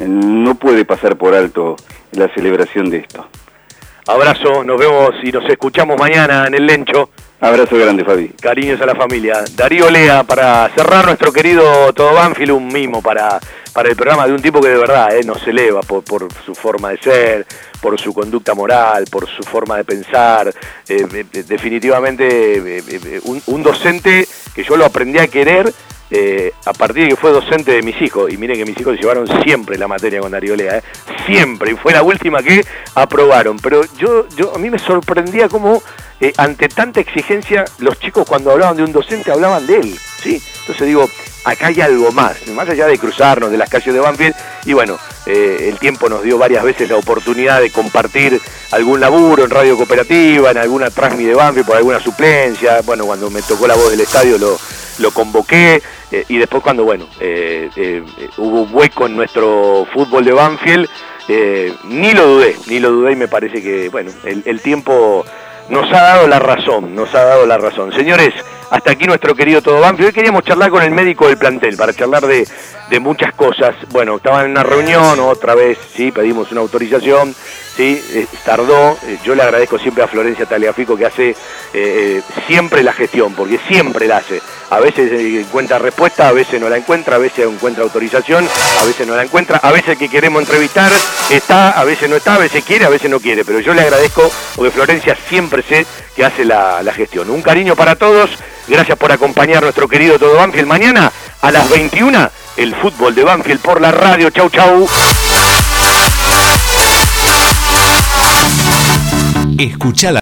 no puede pasar por alto la celebración de esto. Abrazo, nos vemos y nos escuchamos mañana en el Lencho. Abrazo grande, Fabi. Cariños a la familia. Darío Olea, para cerrar nuestro querido Todo Banfield, un mimo para, para el programa de un tipo que de verdad eh, nos eleva por, por su forma de ser, por su conducta moral, por su forma de pensar. Eh, eh, definitivamente eh, eh, un, un docente que yo lo aprendí a querer eh, a partir de que fue docente de mis hijos. Y miren que mis hijos llevaron siempre la materia con Darío Olea, eh, siempre, y fue la última que aprobaron. Pero yo, yo a mí me sorprendía cómo eh, ante tanta exigencia los chicos cuando hablaban de un docente hablaban de él, ¿sí? Entonces digo, acá hay algo más, más allá de cruzarnos de las calles de Banfield, y bueno, eh, el tiempo nos dio varias veces la oportunidad de compartir algún laburo en Radio Cooperativa, en alguna transmi de Banfield, por alguna suplencia. Bueno, cuando me tocó la voz del estadio lo, lo convoqué, eh, y después cuando, bueno, eh, eh, hubo un hueco en nuestro fútbol de Banfield, eh, ni lo dudé, ni lo dudé, y me parece que, bueno, el, el tiempo nos ha dado la razón, nos ha dado la razón. Señores, hasta aquí nuestro querido Todo Banfield. Hoy queríamos charlar con el médico del plantel, para charlar de, de muchas cosas. Bueno, estaban en una reunión, otra vez, sí, pedimos una autorización, sí, eh, tardó. Eh, yo le agradezco siempre a Florencia Tagliafico, que hace eh, eh, siempre la gestión, porque siempre la hace. A veces eh, encuentra respuesta, a veces no la encuentra, a veces encuentra autorización, a veces no la encuentra, a veces el que queremos entrevistar está, a veces no está, a veces quiere, a veces no quiere. Pero yo le agradezco, porque Florencia siempre sé que hace la, la gestión. Un cariño para todos. Gracias por acompañar nuestro querido Todo Banfield. Mañana a las veintiuna, el fútbol de Banfield por la radio. Chau, chau. Escuchala.